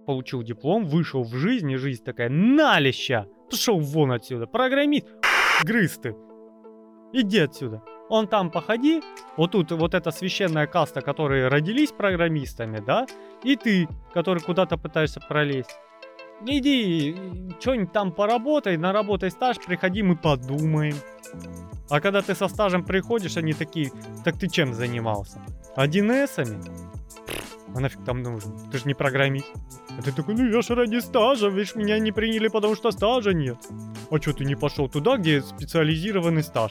получил диплом, вышел в жизнь, и жизнь такая: налища! Пошел вон отсюда, программист, грыз ты. Иди отсюда. Он там походи, вот тут вот эта священная каста, которые родились программистами, да, и ты, который куда-то пытаешься пролезть. Иди, что-нибудь там поработай, наработай стаж, приходи, мы подумаем. А когда ты со стажем приходишь, они такие: так ты чем занимался? 1С-ами? А нафиг там нужен? Ты же не программист. А ты такой: ну я ж ради стажа, видишь, меня не приняли, потому что стажа нет. А чё ты не пошел туда, где специализированный стаж?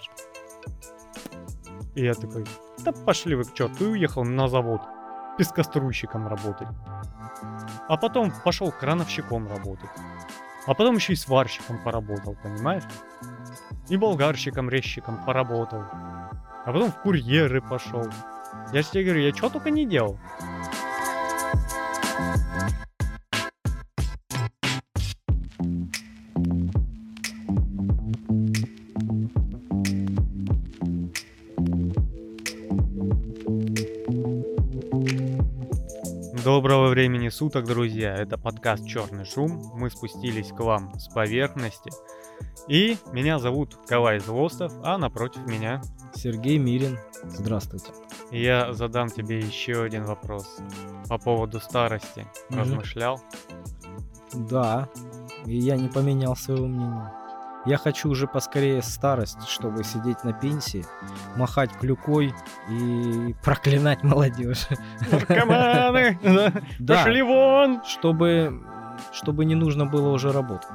И я такой: да пошли вы к черту, и уехал на завод пескоструйщиком работать. А потом пошел крановщиком работать. А потом еще и сварщиком поработал, понимаешь? И болгарщиком, резчиком поработал. А потом в курьеры пошел. Я же тебе говорю, я что только не делал. Доброго времени суток, друзья! Это подкаст «Черный шум». Мы спустились к вам с поверхности. И меня зовут Калай Злостов, а напротив меня Сергей Мирин. Здравствуйте. Я задам тебе еще один вопрос по поводу старости. Размышлял? Да, и я не поменял своего мнения. Я хочу уже поскорее старость, чтобы сидеть на пенсии, махать клюкой и проклинать молодежь. Наркоманы! Пошли вон! Чтобы не нужно было уже работать.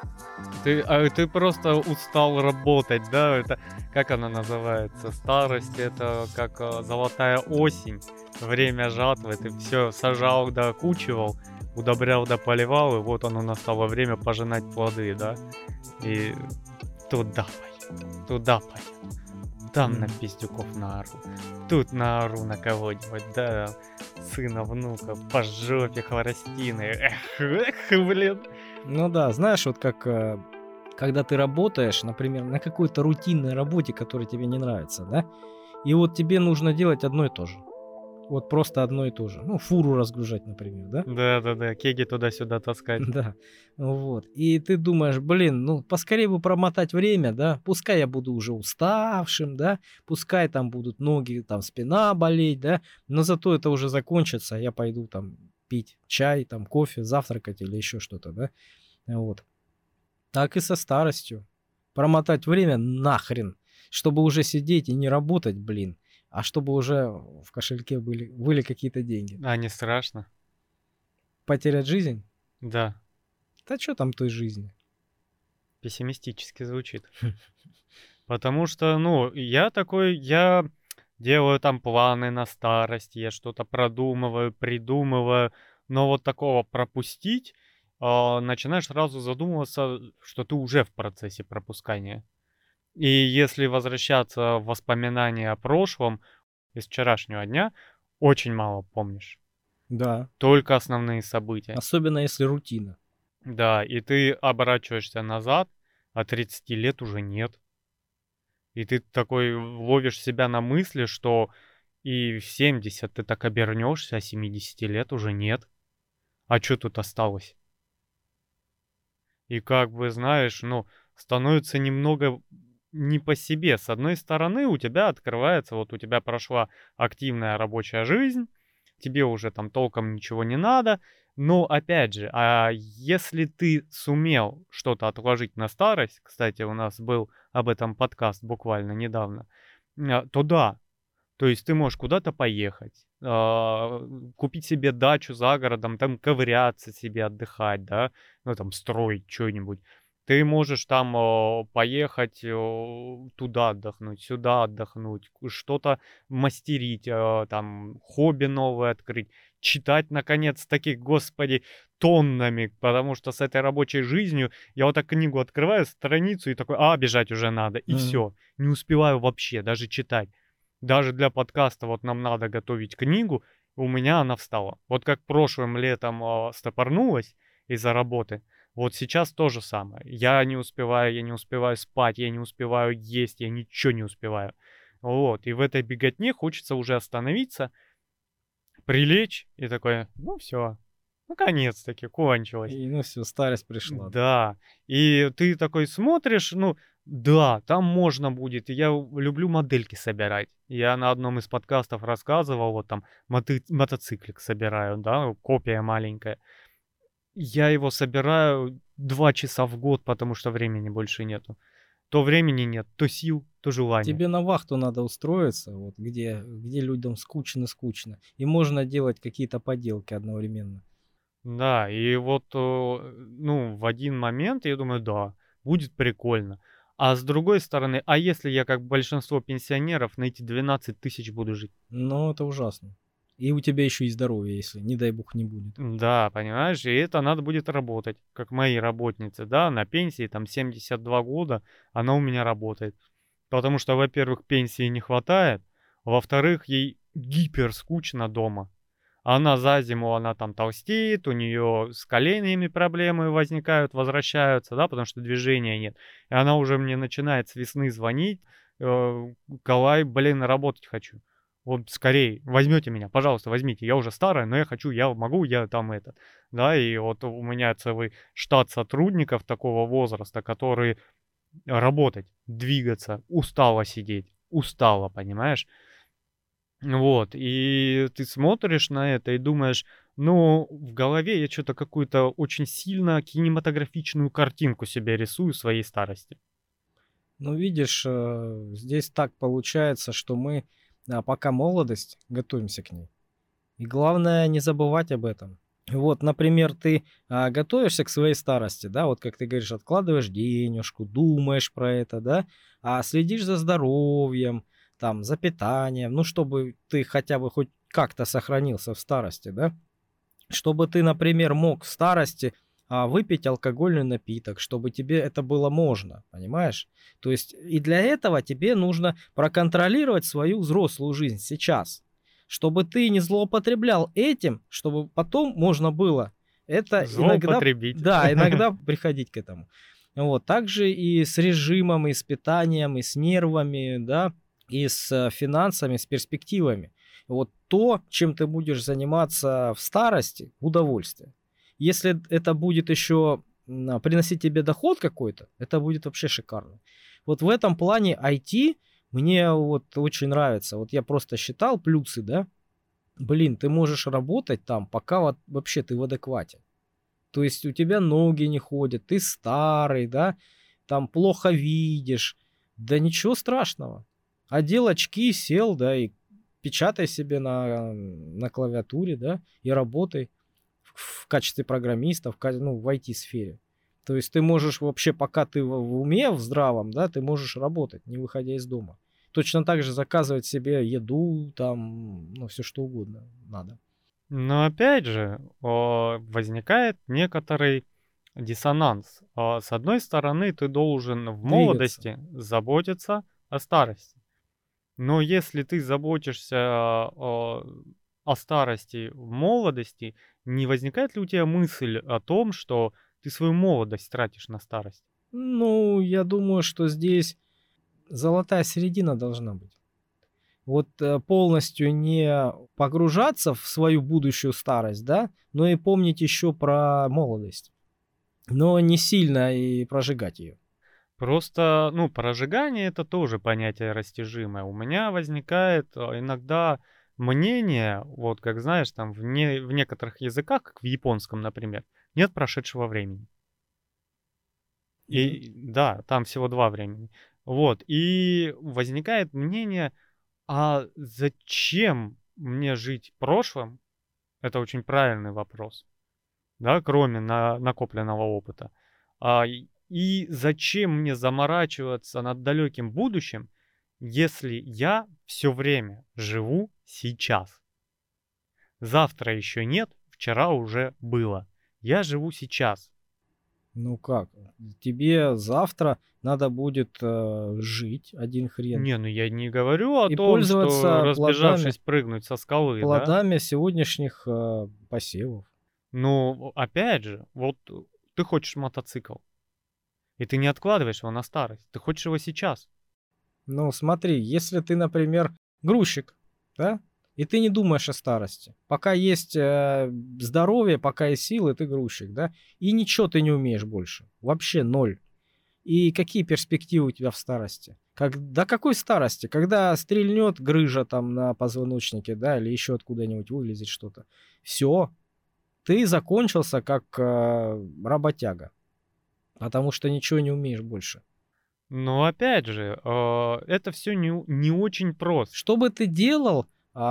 Ты просто устал работать, да? Это как она называется? Старость — это как золотая осень, время жатвы. Ты все сажал да окучивал, удобрял да поливал, и вот оно настало время пожинать плоды, да? И туда поеду, там на пиздюков наору, тут наору на кого-нибудь, да, сына, внука, по жопе хворостины, блин. Ну да, знаешь, вот как когда ты работаешь, например, на какой-то рутинной работе, которая тебе не нравится, да, и вот тебе нужно делать одно и то же. Вот просто одно и то же. Ну, фуру разгружать, например, да? Да, кеги туда-сюда таскать. Да, вот. И ты думаешь, блин, ну, поскорее бы промотать время, да, пускай я буду уже уставшим, да, пускай там будут ноги, там, спина болеть, да, но зато это уже закончится, я пойду там пить чай, там, кофе, завтракать или еще что-то, да, вот. Так и со старостью. Промотать время нахрен, чтобы уже сидеть и не работать, блин, а чтобы уже в кошельке были какие-то деньги. А не страшно? Потерять жизнь? Да. Да что там той жизни? Пессимистически звучит. Потому что, ну, я делаю там планы на старость, я что-то продумываю, придумываю, но вот такого пропустить, начинаешь сразу задумываться, что ты уже в процессе пропускания. И если возвращаться в воспоминания о прошлом, из вчерашнего дня, очень мало помнишь. Да. Только основные события. Особенно если рутина. Да, и ты оборачиваешься назад, а 30 лет уже нет. И ты такой ловишь себя на мысли, что и в 70 ты так обернешься, а 70 лет уже нет. А что тут осталось? И как бы, знаешь, ну, становится немного не по себе. С одной стороны, у тебя открывается, вот у тебя прошла активная рабочая жизнь, тебе уже там толком ничего не надо, но опять же, а если ты сумел что-то отложить на старость, кстати, у нас был об этом подкаст буквально недавно, то да, то есть ты можешь куда-то поехать, купить себе дачу за городом, там ковыряться себе, отдыхать, да, ну там строить что-нибудь. Ты можешь там поехать туда отдохнуть, сюда отдохнуть, что-то мастерить, там хобби новое открыть, читать наконец-таки, господи, тоннами, потому что с этой рабочей жизнью я вот так книгу открываю, страницу и такой: бежать уже надо, и все, не успеваю вообще даже читать. Даже для подкаста вот нам надо готовить книгу, у меня она встала. Вот как прошлым летом стопорнулась из-за работы, вот сейчас то же самое. Я не успеваю спать, я не успеваю есть, я ничего не успеваю. Вот, и в этой беготне хочется уже остановиться, прилечь и такое: ну все, Наконец-таки кончилось. И ну все, старость пришла, да. Да, и ты такой смотришь, ну да, там можно будет. И я люблю модельки собирать. Я на одном из подкастов рассказывал, вот там мотоциклик собираю, да, копия маленькая. Я его собираю 2 часа в год, потому что времени больше нету. То времени нет, то сил, то желания. Тебе на вахту надо устроиться, вот где людям скучно-скучно, и можно делать какие-то поделки одновременно. Да, и вот, ну, в один момент я думаю, да, будет прикольно. А с другой стороны, а если я, как большинство пенсионеров, на эти 12 тысяч буду жить? Но это ужасно. И у тебя еще и здоровье, если, не дай бог, не будет. Да, понимаешь, и это надо будет работать, как мои работницы, да, на пенсии, там, 72 года, она у меня работает. Потому что, во-первых, пенсии не хватает, во-вторых, ей гипер скучно дома. Она за зиму, она там толстеет, у нее с коленями проблемы возникают, возвращаются, да, потому что движения нет. И она уже мне начинает с весны звонить, Калай, блин, работать хочу. Вот скорее, возьмете меня, пожалуйста, возьмите. Я уже старая, но я хочу, я могу, я там это. Да, и вот у меня целый штат сотрудников такого возраста, которые работать, двигаться, устала сидеть, устала, понимаешь? Вот, и ты смотришь на это и думаешь, ну, в голове я что-то какую-то очень сильно кинематографичную картинку себе рисую своей старости. Ну, видишь, здесь так получается, что мы, пока молодость, готовимся к ней. И главное не забывать об этом. Вот, например, ты готовишься к своей старости, да, вот как ты говоришь, откладываешь денежку, думаешь про это, да, а следишь за здоровьем, там, за питанием, ну, чтобы ты хотя бы хоть как-то сохранился в старости, да, чтобы ты, например, мог в старости выпить алкогольный напиток, чтобы тебе это было можно, понимаешь? То есть и для этого тебе нужно проконтролировать свою взрослую жизнь сейчас, чтобы ты не злоупотреблял этим, чтобы потом можно было это иногда, Злоупотребить. да, иногда приходить к этому. Вот, также и с режимом, и с питанием, и с нервами, да, и с финансами, с перспективами. Вот то, чем ты будешь заниматься в старости, удовольствие. Если это будет еще приносить тебе доход какой-то, это будет вообще шикарно. Вот в этом плане IT мне вот очень нравится. Вот я просто считал плюсы, да. Блин, ты можешь работать там, пока вот вообще ты в адеквате. То есть у тебя ноги не ходят, ты старый, да, там плохо видишь. Да ничего страшного. Одел очки, сел, да, и печатай себе на клавиатуре, да, и работай в качестве программиста, ну, в IT-сфере. То есть ты можешь вообще, пока ты в уме, в здравом, да, ты можешь работать, не выходя из дома. Точно так же заказывать себе еду, там, ну, все что угодно надо. Но опять же, возникает некоторый диссонанс. С одной стороны, ты должен в Двигаться. молодости заботиться о старости. Но если ты заботишься о старости в молодости, не возникает ли у тебя мысль о том, что ты свою молодость тратишь на старость? Ну, я думаю, что здесь золотая середина должна быть. Вот полностью не погружаться в свою будущую старость, да, но и помнить еще про молодость, но не сильно и прожигать ее. Просто, ну, прожигание это тоже понятие растяжимое. У меня возникает иногда мнение, вот как знаешь, там в некоторых языках, как в японском, например, нет прошедшего времени. Мгм. И да, там всего два времени. Вот, и возникает мнение, а зачем мне жить прошлым? Это очень правильный вопрос, да, кроме накопленного опыта. И зачем мне заморачиваться над далеким будущим, если я все время живу сейчас? Завтра еще нет, вчера уже было. Я живу сейчас. Ну как? Тебе завтра надо будет жить один хрен Не, ну я не говорю о и том, что пользоваться плодами, разбежавшись прыгнуть со скалы, да. плодами сегодняшних посевов. Но опять же, вот ты хочешь мотоцикл, и ты не откладываешь его на старость, ты хочешь его сейчас. Ну смотри, если ты, например, грузчик, да? И ты не думаешь о старости. Пока есть здоровье, пока есть силы, ты грузчик, да? И ничего ты не умеешь больше. Вообще ноль. И какие перспективы у тебя в старости? До какой старости? Когда стрельнет грыжа там на позвоночнике, да, или еще откуда-нибудь вылезет что-то. Все, ты закончился как работяга, потому что ничего не умеешь больше. Но опять же, это все не очень просто. Что бы ты делал,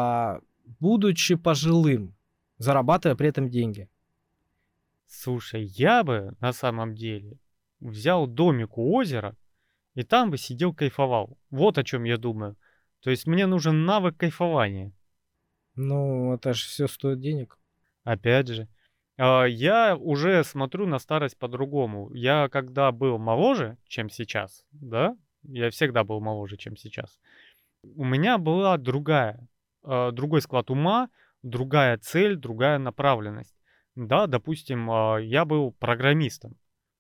будучи пожилым, зарабатывая при этом деньги? Слушай, я бы на самом деле взял домик у озера и там бы сидел, кайфовал. Вот о чем я думаю. То есть мне нужен навык кайфования. Ну, это же все стоит денег. Опять же, я уже смотрю на старость по-другому. Я когда был моложе, чем сейчас, да, я всегда был моложе, чем сейчас. У меня была другой склад ума, другая цель, другая направленность. Да, допустим, я был программистом.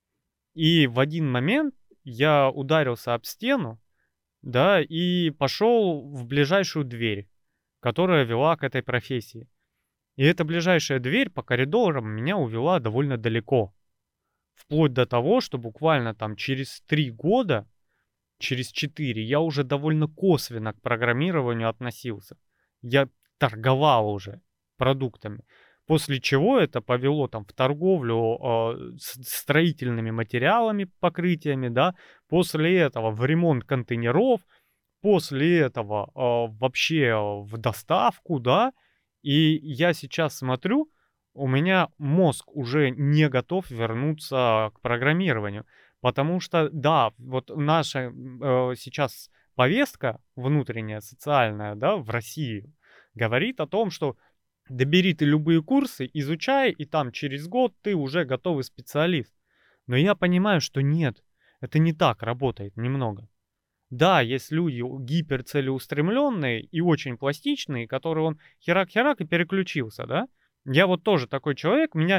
И в один момент я ударился об стену, да, и пошел в ближайшую дверь, которая вела к этой профессии. И эта ближайшая дверь по коридорам меня увела довольно далеко. Вплоть до того, что буквально там через 3 года, через 4, я уже довольно косвенно к программированию относился. Я торговал уже продуктами. После чего это повело там в торговлю строительными материалами, покрытиями, да. После этого в ремонт контейнеров, после этого вообще в доставку, да. И я сейчас смотрю, у меня мозг уже не готов вернуться к программированию. Потому что, да, вот наша сейчас повестка внутренняя, социальная, да, в России говорит о том, что да бери ты любые курсы, изучай, и там через год ты уже готовый специалист. Но я понимаю, что нет, это не так работает немного. Да, есть люди гиперцелеустремленные и очень пластичные, которые он херак-херак и переключился, да? Я вот тоже такой человек, меня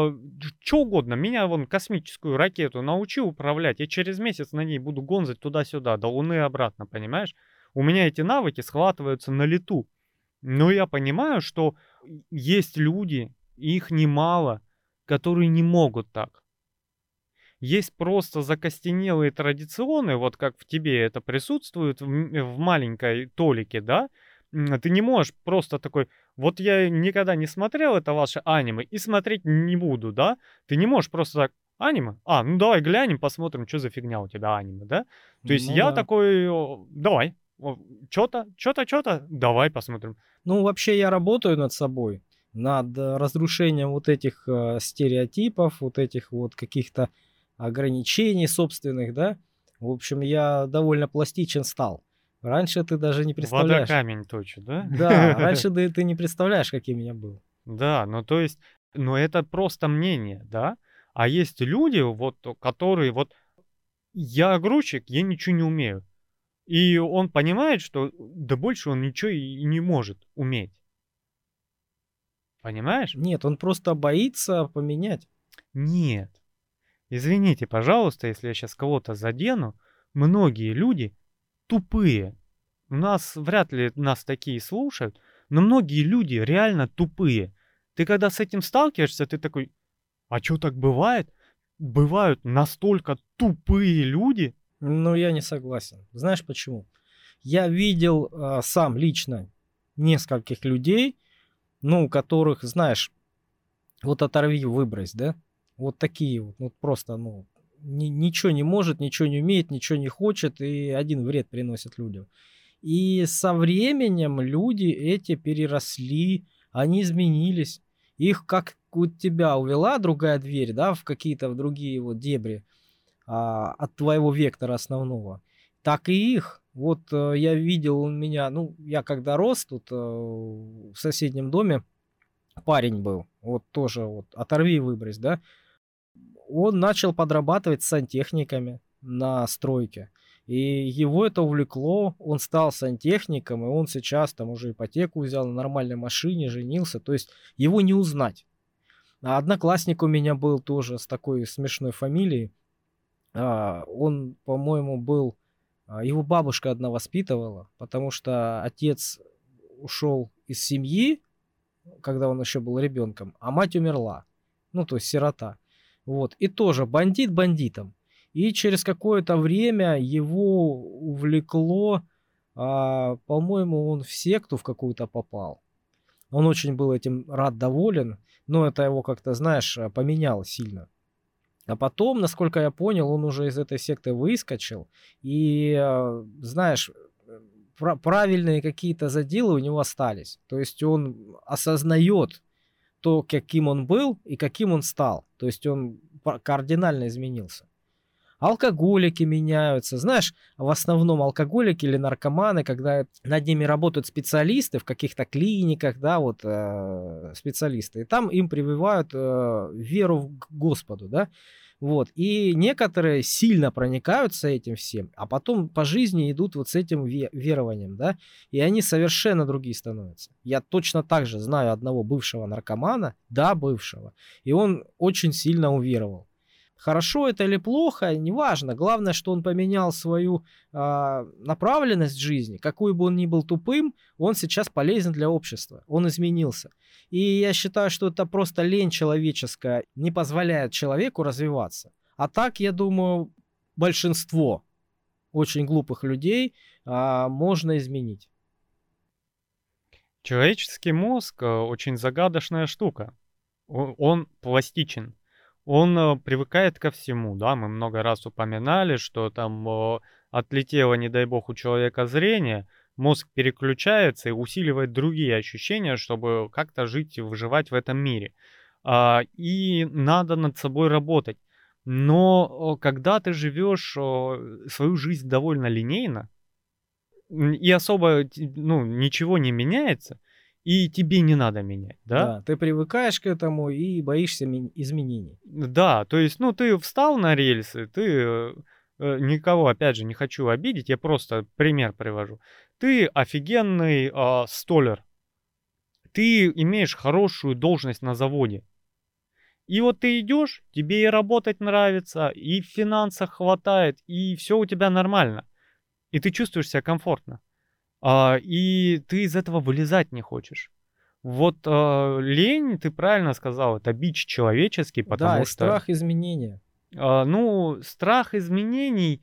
что угодно, меня вон космическую ракету научи управлять, я через месяц на ней буду гонзать туда-сюда, до Луны и обратно, понимаешь? У меня эти навыки схватываются на лету. Но я понимаю, что есть люди, их немало, которые не могут так. Есть просто закостенелые традиционы, вот как в тебе это присутствует в маленькой толике, да? Ты не можешь просто такой, вот я никогда не смотрел это ваше аниме и смотреть не буду, да? Ты не можешь просто так, аниме? Ну давай глянем, посмотрим, что за фигня у тебя аниме, да? То есть Ну я да. такой, давай, что-то, давай посмотрим. Ну, вообще я работаю над собой, над разрушением вот этих стереотипов, вот этих вот каких-то ограничений собственных, да. В общем, я довольно пластичен стал. Раньше ты даже не Вода представляешь. камень точит, да? Да, раньше ты не представляешь, каким я был. Да, ну то есть, ну это просто мнение, да? А есть люди, вот, которые вот, я грузчик, я ничего не умею. И он понимает, что да больше он ничего и не может уметь. Понимаешь? Нет, он просто боится поменять. Нет. Извините, пожалуйста, если я сейчас кого-то задену. Многие люди тупые. У нас вряд ли нас такие слушают, но многие люди реально тупые. Ты когда с этим сталкиваешься, ты такой, а что так бывает? Бывают настолько тупые люди. Но я не согласен. Знаешь почему? Я видел сам лично нескольких людей, ну, у которых, знаешь, вот оторви, выбрось, да? Вот такие вот, ну, просто, ну, ничего не может, ничего не умеет, ничего не хочет и один вред приносит людям. И со временем люди эти переросли, они изменились. Их как вот тебя увела другая дверь, да, в какие-то в другие вот дебри от твоего вектора основного, так и их. Вот я видел у меня, ну, я когда рос тут в соседнем доме, парень был, вот тоже вот оторви и выбрось, да, он начал подрабатывать с сантехниками на стройке. И его это увлекло, он стал сантехником, и он сейчас там уже ипотеку взял на нормальной машине, женился, то есть его не узнать. А одноклассник у меня был тоже с такой смешной фамилией, он, по-моему, был, его бабушка одна воспитывала, потому что отец ушел из семьи, когда он еще был ребенком, а мать умерла. Ну, то есть сирота. Вот. И тоже бандит бандитом. И через какое-то время его увлекло, по-моему, он в секту в какую-то попал. Он очень был этим рад, доволен, но это его как-то, знаешь, поменяло сильно. А потом, насколько я понял, он уже из этой секты выскочил. И, знаешь, правильные какие-то заделы у него остались. То есть он осознает то, каким он был и каким он стал. То есть он кардинально изменился. Алкоголики меняются. Знаешь, в основном алкоголики или наркоманы, когда над ними работают специалисты в каких-то клиниках, да, вот специалисты, и там им прививают веру к Господу, да, вот. И некоторые сильно проникаются этим всем, а потом по жизни идут вот с этим верованием, да, и они совершенно другие становятся. Я точно так же знаю одного бывшего наркомана, да, бывшего, и он очень сильно уверовал. Хорошо это или плохо, неважно. Главное, что он поменял свою направленность жизни. Какой бы он ни был тупым, он сейчас полезен для общества. Он изменился. И я считаю, что это просто лень человеческая не позволяет человеку развиваться. А так, я думаю, большинство очень глупых людей можно изменить. Человеческий мозг очень загадочная штука. Он пластичен. Он привыкает ко всему, да, мы много раз упоминали, что там отлетело, не дай бог, у человека зрение, мозг переключается и усиливает другие ощущения, чтобы как-то жить и выживать в этом мире. И надо над собой работать. Но когда ты живешь свою жизнь довольно линейно, и особо ну, ничего не меняется, и тебе не надо менять, да? Да, ты привыкаешь к этому и боишься изменений. Да, то есть, ну, ты встал на рельсы, ты никого, опять же, не хочу обидеть, я просто пример привожу. Ты офигенный столер, ты имеешь хорошую должность на заводе. И вот ты идешь, тебе и работать нравится, и в финансах хватает, и все у тебя нормально. И ты чувствуешь себя комфортно. И ты из этого вылезать не хочешь. Вот лень, ты правильно сказал, это бич человеческий, Да, потому и что, страх изменения. ну, страх изменений,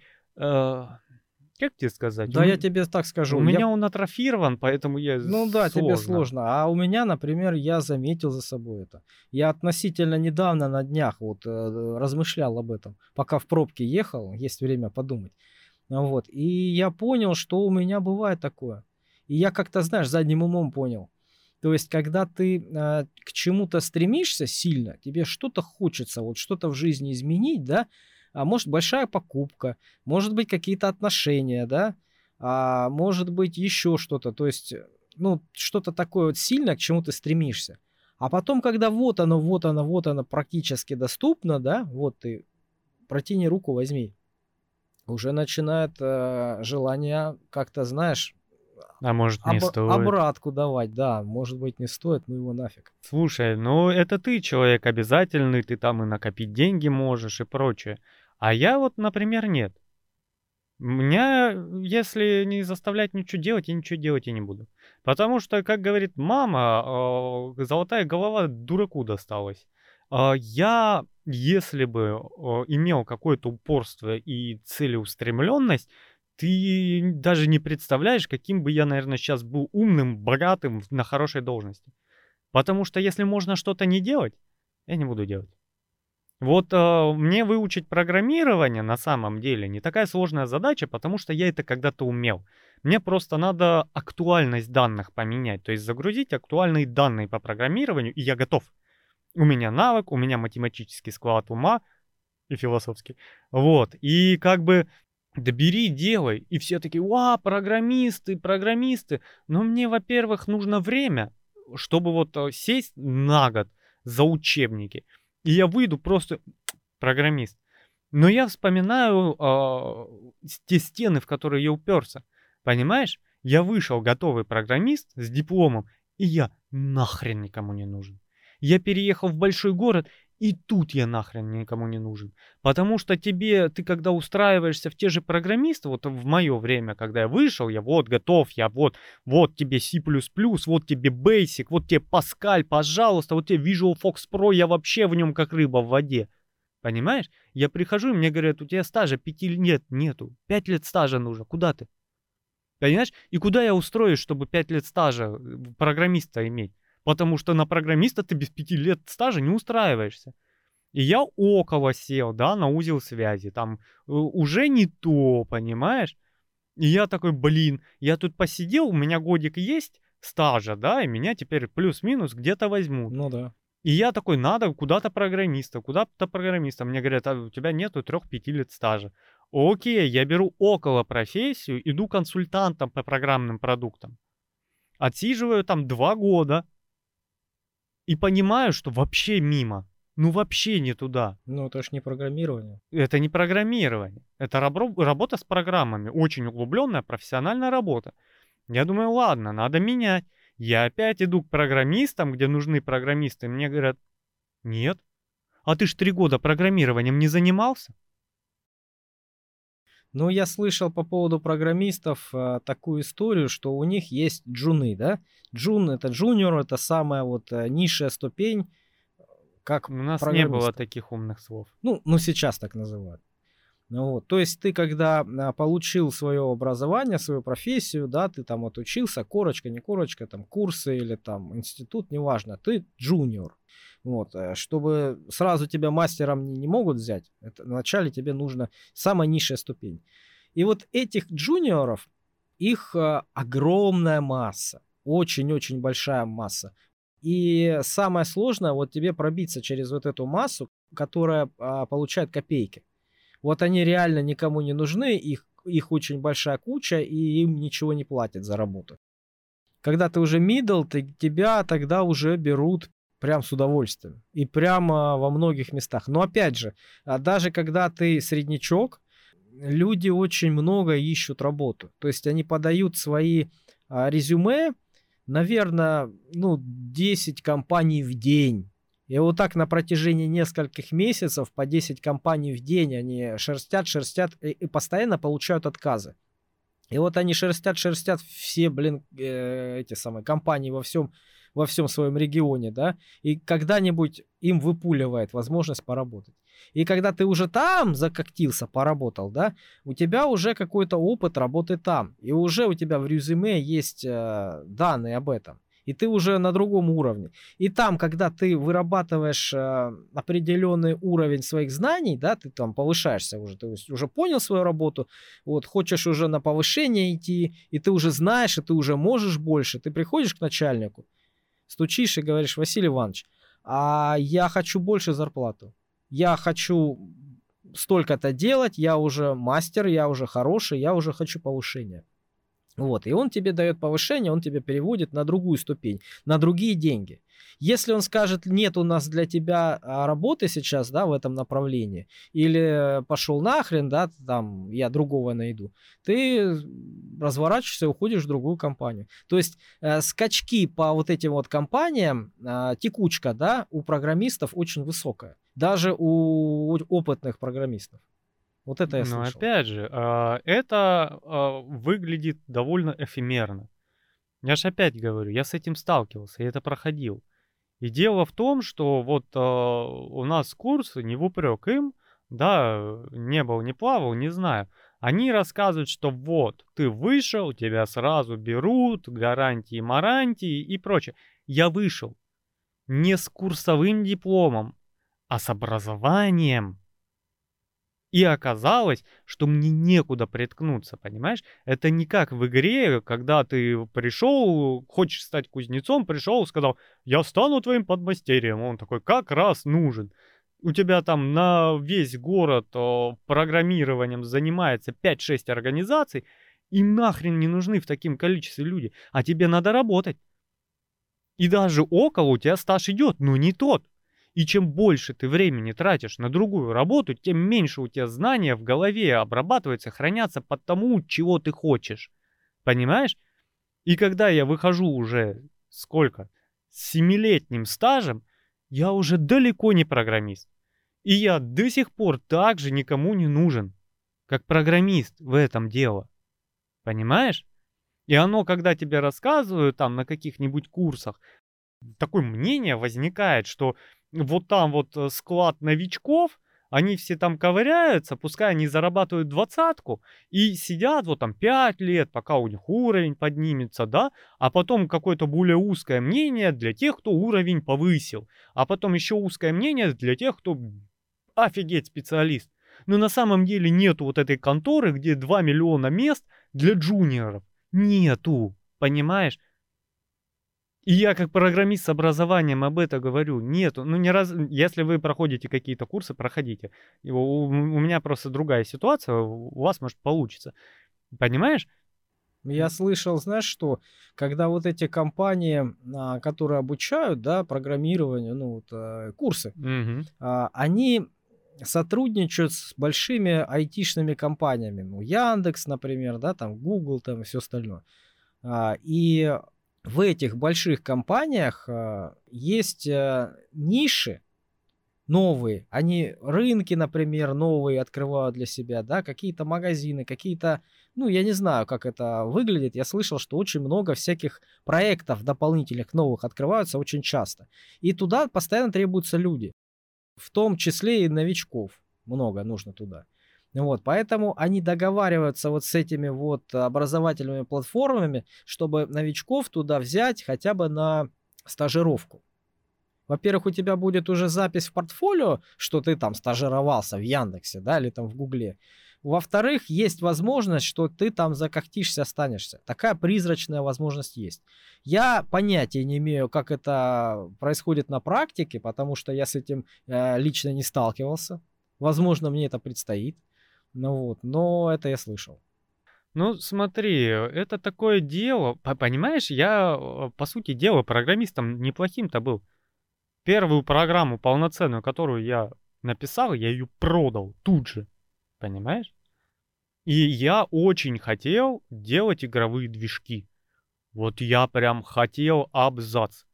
как тебе сказать, Да, я тебе так у скажу. меня он атрофирован, поэтому я Ну да, тебе сложно. сложно. А у меня, например, я заметил за собой это. Я относительно недавно на днях вот размышлял об этом, пока в пробке ехал, есть время подумать. Вот. И я понял, что у меня бывает такое. И я как-то, знаешь, задним умом понял. То есть, когда ты к чему-то стремишься сильно, тебе что-то хочется, вот что-то в жизни изменить, да, может большая покупка, может быть какие-то отношения, да, может быть еще что-то, то есть, ну, что-то такое вот сильное, к чему ты стремишься. А потом, когда вот оно практически доступно, да, вот ты протяни руку, возьми, уже начинает желание как-то, знаешь, А может, не стоит. обратку давать, да, может быть, не стоит, ну его нафиг. Слушай, ну это ты человек обязательный, ты там и накопить деньги можешь и прочее. А я вот, например, нет. Меня, если не заставлять ничего делать, я ничего делать и не буду. Потому что, как говорит мама, золотая голова дураку досталась. Я, если бы имел какое-то упорство и целеустремленность, ты даже не представляешь, каким бы я, наверное, сейчас был умным, богатым, на хорошей должности. Потому что если можно что-то не делать, я не буду делать. Вот мне выучить программирование на самом деле не такая сложная задача, потому что я это когда-то умел. Мне просто надо актуальность данных поменять, то есть загрузить актуальные данные по программированию, и я готов. У меня навык, у меня математический склад ума и философский. Вот, и как бы да бери, делай. И все такие, программисты, программисты. Но мне, во-первых, нужно время, чтобы вот сесть на год за учебники. И я выйду просто программист. Но я вспоминаю те стены, в которые я уперся. Понимаешь? Я вышел готовый программист с дипломом, и я нахрен никому не нужен. Я переехал в большой город, И тут я нахрен никому не нужен. Потому что ты когда устраиваешься в те же программисты, вот в мое время, когда я вышел, я вот готов, вот тебе C++, вот тебе Basic, вот тебе Pascal, пожалуйста, вот тебе Visual Fox Pro, я вообще в нем как рыба в воде. Понимаешь? Я прихожу, и мне говорят, у тебя стажа 5 лет нету. 5 лет стажа нужно. Куда ты? Понимаешь? И куда я устроюсь, чтобы 5 лет стажа программиста иметь? Потому что на программиста ты без 5 лет стажа не устраиваешься. И я около сел, да, на узел связи. Там уже не то, понимаешь? И я такой, блин, я тут посидел, у меня годик есть стажа, да, и меня теперь плюс-минус где-то возьмут. Ну да. И я такой, надо куда-то программиста. Мне говорят, а у тебя нету 3-5 лет стажа. Окей, я беру около профессию, иду консультантом по программным продуктам. Отсиживаю там 2 года. И понимаю, что вообще мимо. Ну вообще не туда. Ну, это ж не программирование. Это не программирование. Это работа с программами. Очень углубленная профессиональная работа. Я думаю, ладно, надо менять. Я опять иду к программистам, где нужны программисты. Мне говорят, нет. А ты ж 3 года программированием не занимался? Ну, я слышал по поводу программистов такую историю, что у них есть джуны, да? Джун это джуниор, это самая вот низшая ступень, как У нас не было программиста. таких умных слов. Ну сейчас так называют. Ну вот. То есть ты, когда получил свое образование, свою профессию, да, ты там отучился, корочка, не корочка, там курсы или там институт, неважно, ты джуниор. Вот. Чтобы сразу тебя мастером не могут взять, это, вначале тебе нужно самая низшая ступень. И вот этих джуниоров, их огромная масса, очень-очень большая масса. И самое сложное, вот тебе пробиться через вот эту массу, которая получает копейки. Вот они реально никому не нужны, их очень большая куча, и им ничего не платят за работу. Когда ты уже middle, тебя тогда уже берут прям с удовольствием. И прямо во многих местах. Но опять же, даже когда ты среднячок, люди очень много ищут работу. То есть они подают свои резюме, наверное, 10 компаний в день. И вот так на протяжении нескольких месяцев по 10 компаний в день они шерстят и постоянно получают отказы. И вот они шерстят все, эти самые компании во всем своем регионе, да, и когда-нибудь им выпуливает возможность поработать. И когда ты уже там закоктился, поработал, да, у тебя уже какой-то опыт работы там, и уже у тебя в резюме есть данные об этом. И ты уже на другом уровне. И там, когда ты вырабатываешь определенный уровень своих знаний, да, ты там повышаешься уже, ты уже понял свою работу, вот, хочешь уже на повышение идти, и ты уже знаешь, и ты уже можешь больше, ты приходишь к начальнику, стучишь и говоришь: Василий Иванович, а я хочу больше зарплату, я хочу столько-то делать, я уже мастер, я уже хороший, я уже хочу повышения. Вот, и он тебе дает повышение, он тебя переводит на другую ступень, на другие деньги. Если он скажет: нет у нас для тебя работы сейчас, да, в этом направлении, или пошел нахрен, да, там, я другого найду, ты разворачиваешься и уходишь в другую компанию. То есть скачки по вот этим вот компаниям, текучка, да, у программистов очень высокая, даже у опытных программистов. Вот это я Но слышал. опять же, это выглядит довольно эфемерно. Я же опять говорю, я с этим сталкивался, я это проходил. И дело в том, что вот у нас курс, не в упрек им, да, не был, не плавал, не знаю. Они рассказывают, что вот, ты вышел, тебя сразу берут, гарантии, марантии и прочее. Я вышел не с курсовым дипломом, а с образованием. И оказалось, что мне некуда приткнуться, понимаешь? Это не как в игре, когда ты пришел, хочешь стать кузнецом, пришел, сказал: я стану твоим подмастерьем. Он такой: как раз нужен. У тебя там на весь город программированием занимается 5-6 организаций, и нахрен не нужны в таком количестве люди. А тебе надо работать. И даже около у тебя стаж идет, но не тот. И чем больше ты времени тратишь на другую работу, тем меньше у тебя знания в голове обрабатываются, хранятся под тому, чего ты хочешь. Понимаешь? И когда я выхожу уже сколько? С 7-летним стажем, я уже далеко не программист. И я до сих пор также никому не нужен, как программист в этом дело. Понимаешь? И оно, когда тебе рассказывают там на каких-нибудь курсах, такое мнение возникает, что вот там вот склад новичков, они все там ковыряются, пускай они зарабатывают 20-ку и сидят вот там 5 лет, пока у них уровень поднимется, да, а потом какое-то более узкое мнение для тех, кто уровень повысил, а потом еще узкое мнение для тех, кто офигеть специалист. Но на самом деле нету вот этой конторы, где 2 миллиона мест для джуниоров. Нету, понимаешь? И я как программист с образованием об этом говорю. Нету. Ну, если вы проходите какие-то курсы, проходите. У меня просто другая ситуация, у вас, может, получится. Понимаешь? Я слышал, знаешь, что когда вот эти компании, которые обучают, да, программированию, ну вот курсы, Мгм. они сотрудничают с большими айтишными компаниями, ну Яндекс, например, да, там Google, там и все остальное. И в этих больших компаниях есть ниши новые, они рынки, например, новые открывают для себя, да, какие-то магазины, какие-то, ну, я не знаю, как это выглядит. Я слышал, что очень много всяких проектов дополнительных новых открываются очень часто. И туда постоянно требуются люди, в том числе и новичков. Много нужно туда. Вот, поэтому они договариваются вот с этими вот образовательными платформами, чтобы новичков туда взять хотя бы на стажировку. Во-первых, у тебя будет уже запись в портфолио, что ты там стажировался в Яндексе, да, или там в Гугле. Во-вторых, есть возможность, что ты там закохтишься, останешься. Такая призрачная возможность есть. Я понятия не имею, как это происходит на практике, потому что я с этим лично не сталкивался. Возможно, мне это предстоит. Ну вот, но это я слышал. Ну, смотри, это такое дело. Понимаешь, я, по сути дела, программистом неплохим-то был. Первую программу полноценную, которую я написал, я ее продал тут же. Понимаешь? И я очень хотел делать игровые движки. Вот я прям хотел абзац.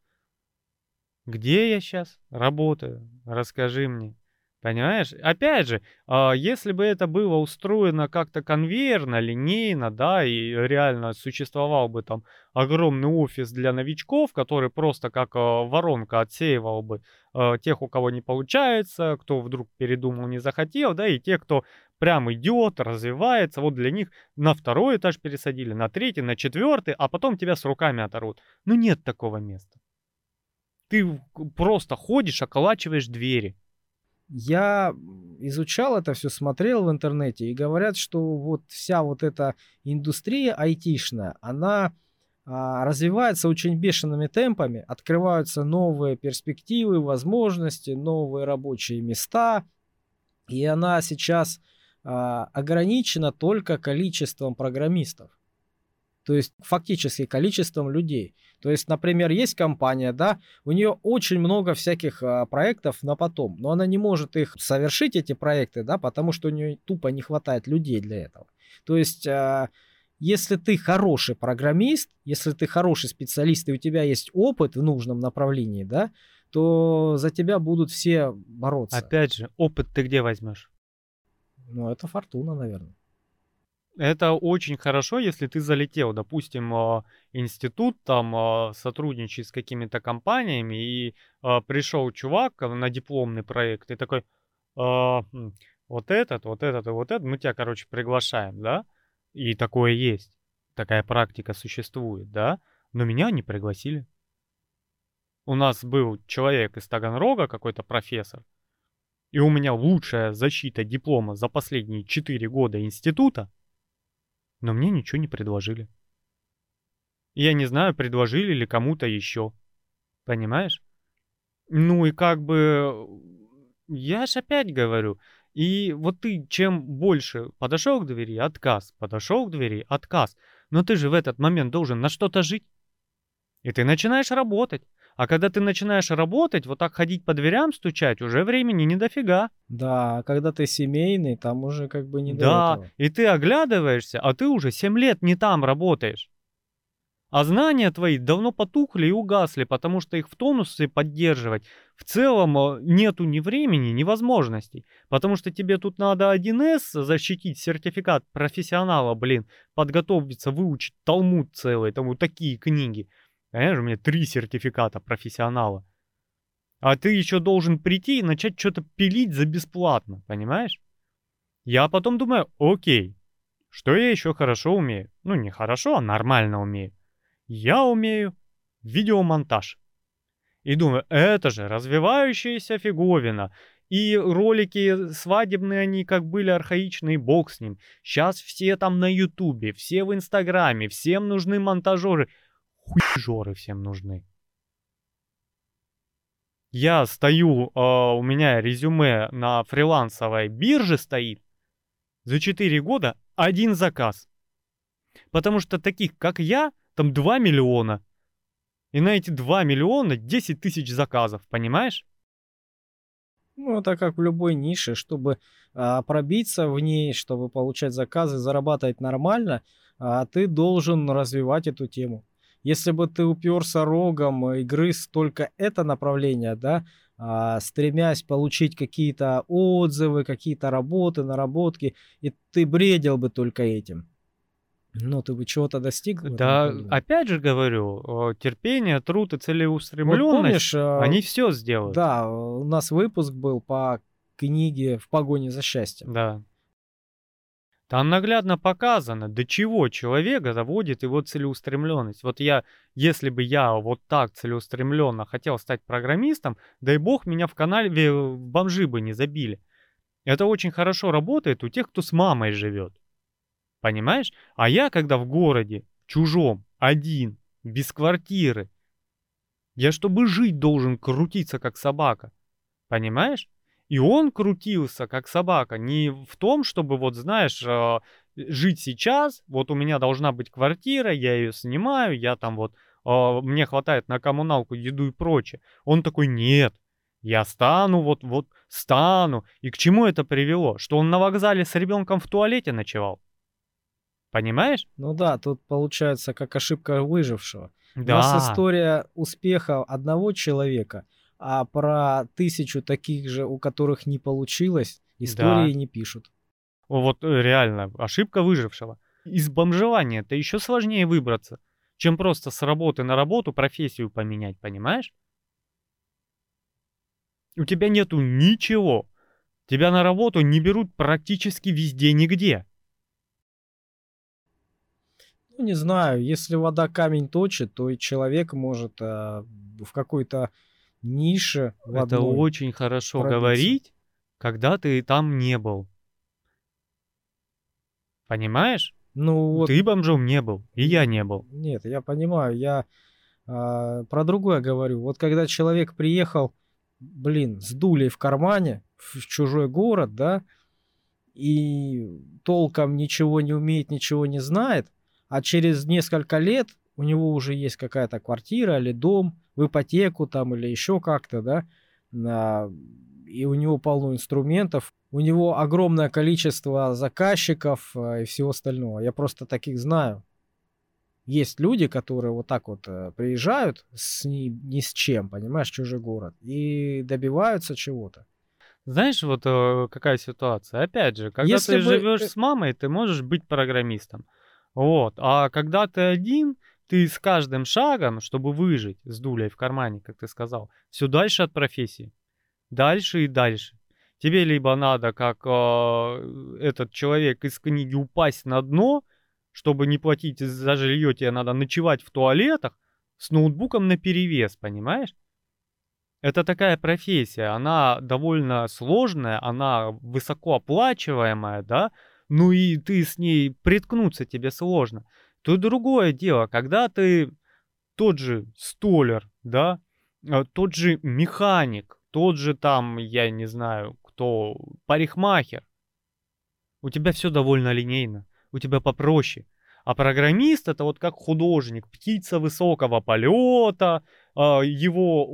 Где я сейчас работаю? Расскажи мне. Понимаешь? Опять же, если бы это было устроено как-то конвейерно, линейно, да, и реально существовал бы там огромный офис для новичков, который просто как воронка отсеивал бы тех, у кого не получается, кто вдруг передумал, не захотел, да, и те, кто прям идет, развивается, вот для них на второй этаж пересадили, на третий, на четвертый, а потом тебя с руками оторвут. Ну нет такого места. Ты просто ходишь, околачиваешь двери. Я изучал это все, смотрел в интернете, и говорят, что вот вся вот эта индустрия айтишная, она развивается очень бешеными темпами, открываются новые перспективы, возможности, новые рабочие места, и она сейчас ограничена только количеством программистов. То есть фактически количеством людей. То есть, например, есть компания, да, у нее очень много всяких проектов на потом, но она не может их совершить, эти проекты, да, потому что у нее тупо не хватает людей для этого. То есть, если ты хороший программист, если ты хороший специалист и у тебя есть опыт в нужном направлении, да, то за тебя будут все бороться. Опять же, опыт ты где возьмешь? Ну, это фортуна, наверное. Это очень хорошо, если ты залетел, допустим, институт, там сотрудничает с какими-то компаниями, и пришел чувак на дипломный проект, и такой, вот этот, вот этот и вот этот, мы тебя, короче, приглашаем, да? И такое есть, такая практика существует, да? Но меня не пригласили. У нас был человек из Таганрога, какой-то профессор, и у меня лучшая защита диплома за последние 4 года института, но мне ничего не предложили. Я не знаю, предложили ли кому-то еще. Понимаешь? Ну и как бы, я ж опять говорю, и вот ты чем больше подошел к двери, отказ, подошел к двери, отказ. Но ты же в этот момент должен на что-то жить. И ты начинаешь работать. А когда ты начинаешь работать, вот так ходить по дверям, стучать, уже времени не дофига. Да, когда ты семейный, там уже как бы не до Да, этого. и ты оглядываешься, а ты уже 7 лет не там работаешь. А знания твои давно потухли и угасли, потому что их в тонусе поддерживать в целом нету ни времени, ни возможностей. Потому что тебе тут надо 1С защитить, сертификат профессионала, блин, подготовиться, выучить Талмуд целый, там вот такие книги. Понимаешь, у меня 3 сертификата профессионала. А ты еще должен прийти и начать что-то пилить за бесплатно, понимаешь? Я потом думаю, окей, что я еще хорошо умею? Ну, не хорошо, а нормально умею. Я умею видеомонтаж. И думаю, это же развивающаяся фиговина. И ролики свадебные, они как были архаичные, бог с ним. Сейчас все там на Ютубе, все в Инстаграме, всем нужны монтажеры. Хуйжоры всем нужны. Я стою, у меня резюме на фрилансовой бирже стоит. За 4 года 1 заказ. Потому что таких, как я, там 2 миллиона. И на эти 2 миллиона 10 тысяч заказов, понимаешь? Ну, это как в любой нише, чтобы пробиться в ней, чтобы получать заказы, зарабатывать нормально, ты должен развивать эту тему. Если бы ты уперся рогом и грыз только это направление, да, стремясь получить какие-то отзывы, какие-то работы, наработки, и ты бредил бы только этим, ну, ты бы чего-то достиг в этом Да, направлении. опять же говорю, терпение, труд и Вот целеустремленность, помнишь, они все сделают. да, у нас выпуск был по книге «В погоне за счастьем». Да. Там наглядно показано, до чего человека заводит его целеустремленность. Вот если бы я вот так целеустремленно хотел стать программистом, дай бог меня в канале в бомжи бы не забили. Это очень хорошо работает у тех, кто с мамой живет. Понимаешь? А я, когда в городе, чужом, один, без квартиры, я чтобы жить должен крутиться как собака. Понимаешь? И он крутился как собака не в том, чтобы вот знаешь, жить сейчас, вот у меня должна быть квартира, я ее снимаю, я там вот, мне хватает на коммуналку, еду и прочее. Он такой, нет, я стану, вот стану. И к чему это привело? Что он на вокзале с ребенком в туалете ночевал. Понимаешь? Ну да, тут получается как ошибка выжившего. У нас Да, история успеха одного человека, а про 1000 таких же, у которых не получилось, да. истории не пишут. Вот реально, ошибка выжившего. Из бомжевания-то еще сложнее выбраться, чем просто с работы на работу профессию поменять, понимаешь? У тебя нету ничего. Тебя на работу не берут практически везде, нигде. Ну, не знаю, если вода камень точит, то и человек может в какой-то нише в Это одной очень хорошо пробиться. говорить, когда ты там не был. Понимаешь? Ну вот, Ты бомжом не был, и я не был. нет, я понимаю, я про другое говорю. Вот когда человек приехал, блин, с дулей в кармане в чужой город, да, и толком ничего не умеет, ничего не знает, а через несколько лет у него уже есть какая-то квартира или дом в ипотеку там или еще как-то, да, и у него полно инструментов, у него огромное количество заказчиков и всего остального. Я просто таких знаю. Есть люди, которые вот так вот приезжают ни с чем, понимаешь, в чужой город и добиваются чего-то. Знаешь, вот какая ситуация? Опять же, когда Если ты бы живешь с мамой, ты можешь быть программистом. Вот. А когда ты один, ты с каждым шагом, чтобы выжить с дулей в кармане, как ты сказал, все дальше от профессии. Дальше и дальше. Тебе либо надо, как этот человек из книги, упасть на дно, чтобы не платить за жилье, тебе надо ночевать в туалетах с ноутбуком наперевес, понимаешь? Это такая профессия, она довольно сложная, она высокооплачиваемая, да, ну и ты с ней приткнуться тебе сложно. Тут другое дело, когда ты тот же столер, да, тот же механик, тот же там, я не знаю, кто, парикмахер, у тебя все довольно линейно, у тебя попроще. А программист это вот как художник, птица высокого полета, он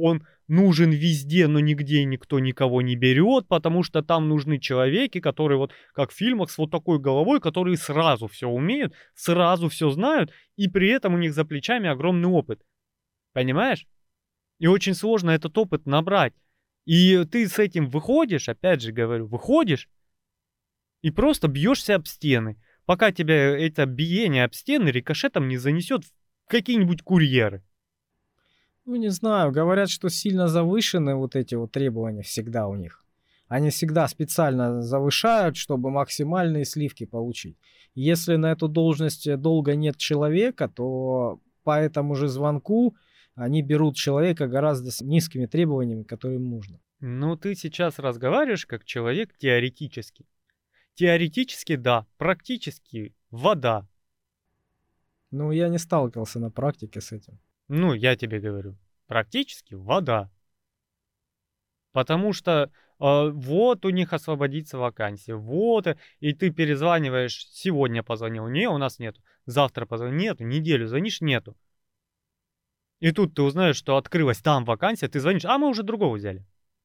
нужен везде, но нигде никто никого не берет, потому что там нужны человеки, которые вот как в фильмах с вот такой головой, которые сразу все умеют, сразу все знают, и при этом у них за плечами огромный опыт. Понимаешь? И очень сложно этот опыт набрать. И ты с этим выходишь, опять же говорю, выходишь и просто бьешься об стены, пока тебя это биение об стены рикошетом не занесет в какие-нибудь курьеры. Ну, не знаю, говорят, что сильно завышены вот эти вот требования всегда у них. Они всегда специально завышают, чтобы максимальные сливки получить. Если на эту должность долго нет человека, то по этому же звонку они берут человека гораздо с низкими требованиями, которые им нужно. Ну, ты сейчас разговариваешь как человек теоретически. Теоретически да, практически вода. Ну, я не сталкивался на практике с этим. Ну, я тебе говорю, практически вода. Потому что вот у них освободится вакансия, вот, и ты перезваниваешь, сегодня позвонил, не, у нас нету, завтра позвонил, нету, неделю звонишь, нету. И тут ты узнаешь, что открылась там вакансия, ты звонишь, а мы уже другого взяли.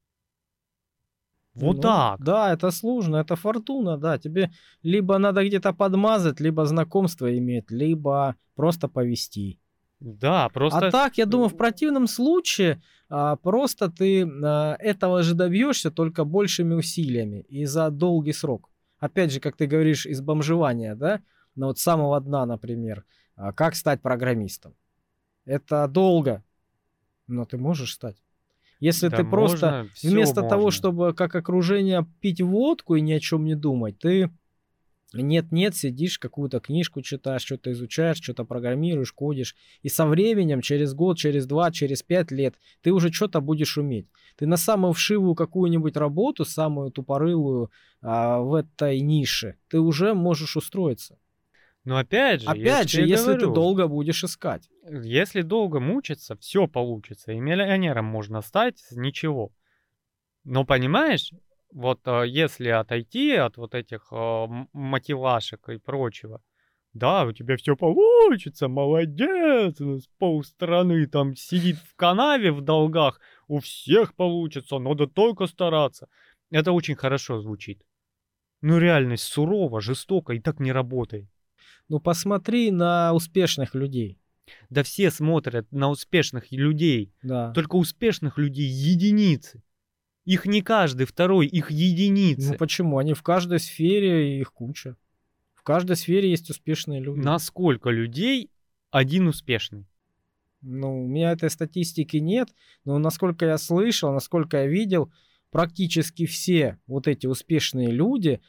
Вот Ну, так. да, это сложно, это фортуна, да. Тебе либо надо где-то подмазать, либо знакомство иметь, либо просто повести. Да, А просто... так, я думаю, в противном случае просто ты этого же добьешься только большими усилиями и за долгий срок. Опять же, как ты говоришь, из бомжевания, да? Ну вот с самого дна, например. Как стать программистом? Это долго, но ты можешь стать. Если Да ты просто можно, все вместо того, можно. чтобы как окружение пить водку и ни о чем не думать, ты нет-нет, сидишь, какую-то книжку читаешь, что-то изучаешь, что-то программируешь, кодишь. И со временем, через год, через 2, через 5 лет, ты уже что-то будешь уметь. Ты на самую вшивую какую-нибудь работу, самую тупорылую в этой нише, ты уже можешь устроиться. Но опять же, я Опять же, тебе если ты говорю, долго будешь искать. если долго мучиться, все получится. И миллионером можно стать с ничего. Но понимаешь, вот если отойти от вот этих мотивашек и прочего, да, у тебя все получится, молодец, полстраны там сидит в канаве в долгах, у всех получится, надо только стараться. Это очень хорошо звучит. Но реальность сурова, жестока и так не работает. Ну, посмотри на успешных людей. Да все смотрят на успешных людей, Да. только успешных людей единицы. Их не каждый второй, их Ну единицы. почему? Они в каждой сфере, их куча. В каждой сфере есть успешные люди. На сколько людей один успешный? Ну, у меня этой статистики нет, но насколько я слышал, насколько я видел, практически все вот эти успешные люди,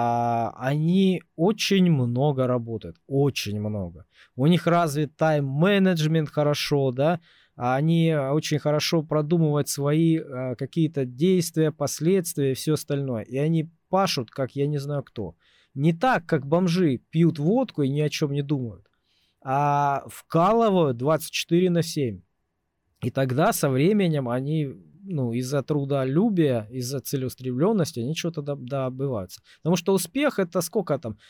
они очень много работают, очень много. У них развит тайм-менеджмент хорошо, да, они очень хорошо продумывают свои какие-то действия, последствия и все остальное. И они пашут, как я не знаю кто. Не так, как бомжи пьют водку и ни о чем не думают, а вкалывают 24/7. И тогда со временем они, ну, из-за трудолюбия, из-за целеустремленности, они что-то добиваются. Потому что успех это сколько там?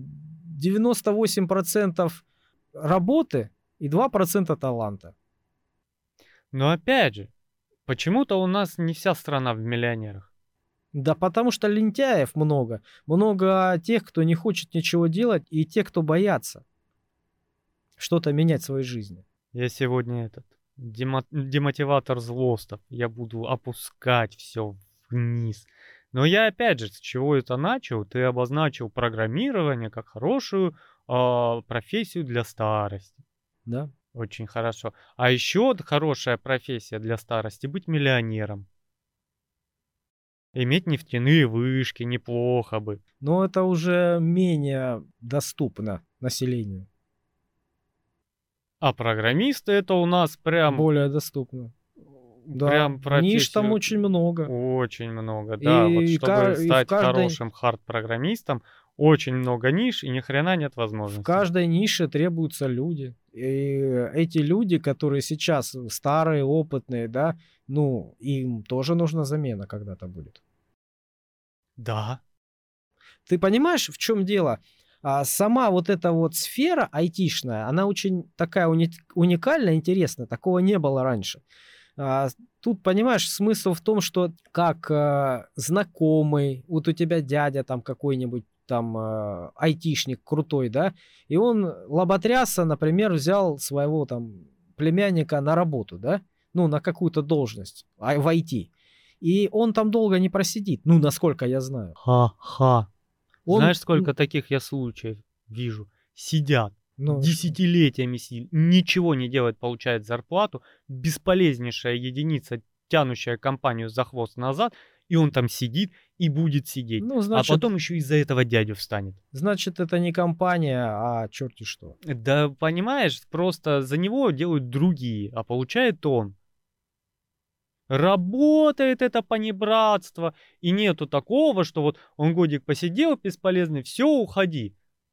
98% работы и 2% таланта. Но опять же, почему-то у нас не вся страна в миллионерах. Да потому что лентяев много. Много тех, кто не хочет ничего делать, и тех, кто боятся что-то менять в своей жизни. Я сегодня этот демотиватор злостов. Я буду опускать все вниз. Но я опять же, с чего это начал? Ты обозначил программирование как хорошую профессию для старости. Да. Очень хорошо. А еще хорошая профессия для старости — быть миллионером. Иметь нефтяные вышки неплохо бы. Но это уже менее доступно населению. А программисты — это у нас прям Более доступно. Да, прям ниш там профессию очень много. очень много, да. Вот И, чтобы и в стать хорошим хард-программистом, очень много ниш и ни хрена нет в возможностей. каждой нише требуются люди. И эти люди, которые сейчас старые, опытные, да, ну, им тоже нужна замена когда-то будет. Да. Ты понимаешь, в чем дело? Сама вот эта вот сфера айтишная, она очень такая уникальная, интересная. Такого не было раньше. То тут, понимаешь, смысл в том, что как знакомый, вот у тебя дядя там какой-нибудь там айтишник крутой, да, и он лоботряса, например, взял своего там племянника на работу, да, ну, на какую-то должность в IT. И он там долго не просидит, ну, насколько я знаю. Ха-ха. Он, Знаешь, сколько таких я случаев вижу? Сидят ну, что? десятилетиями, ничего не делают, получают зарплату, бесполезнейшая единица, тянущая компанию за хвост назад, и он там сидит и будет сидеть. Ну, А значит, потом еще из-за этого дядю встанет. значит, это не компания, а черти что. Да, понимаешь, просто за него делают другие, а получает он. Работает это понебратство, и нету такого, что вот он годик посидел бесполезный, все, уходи.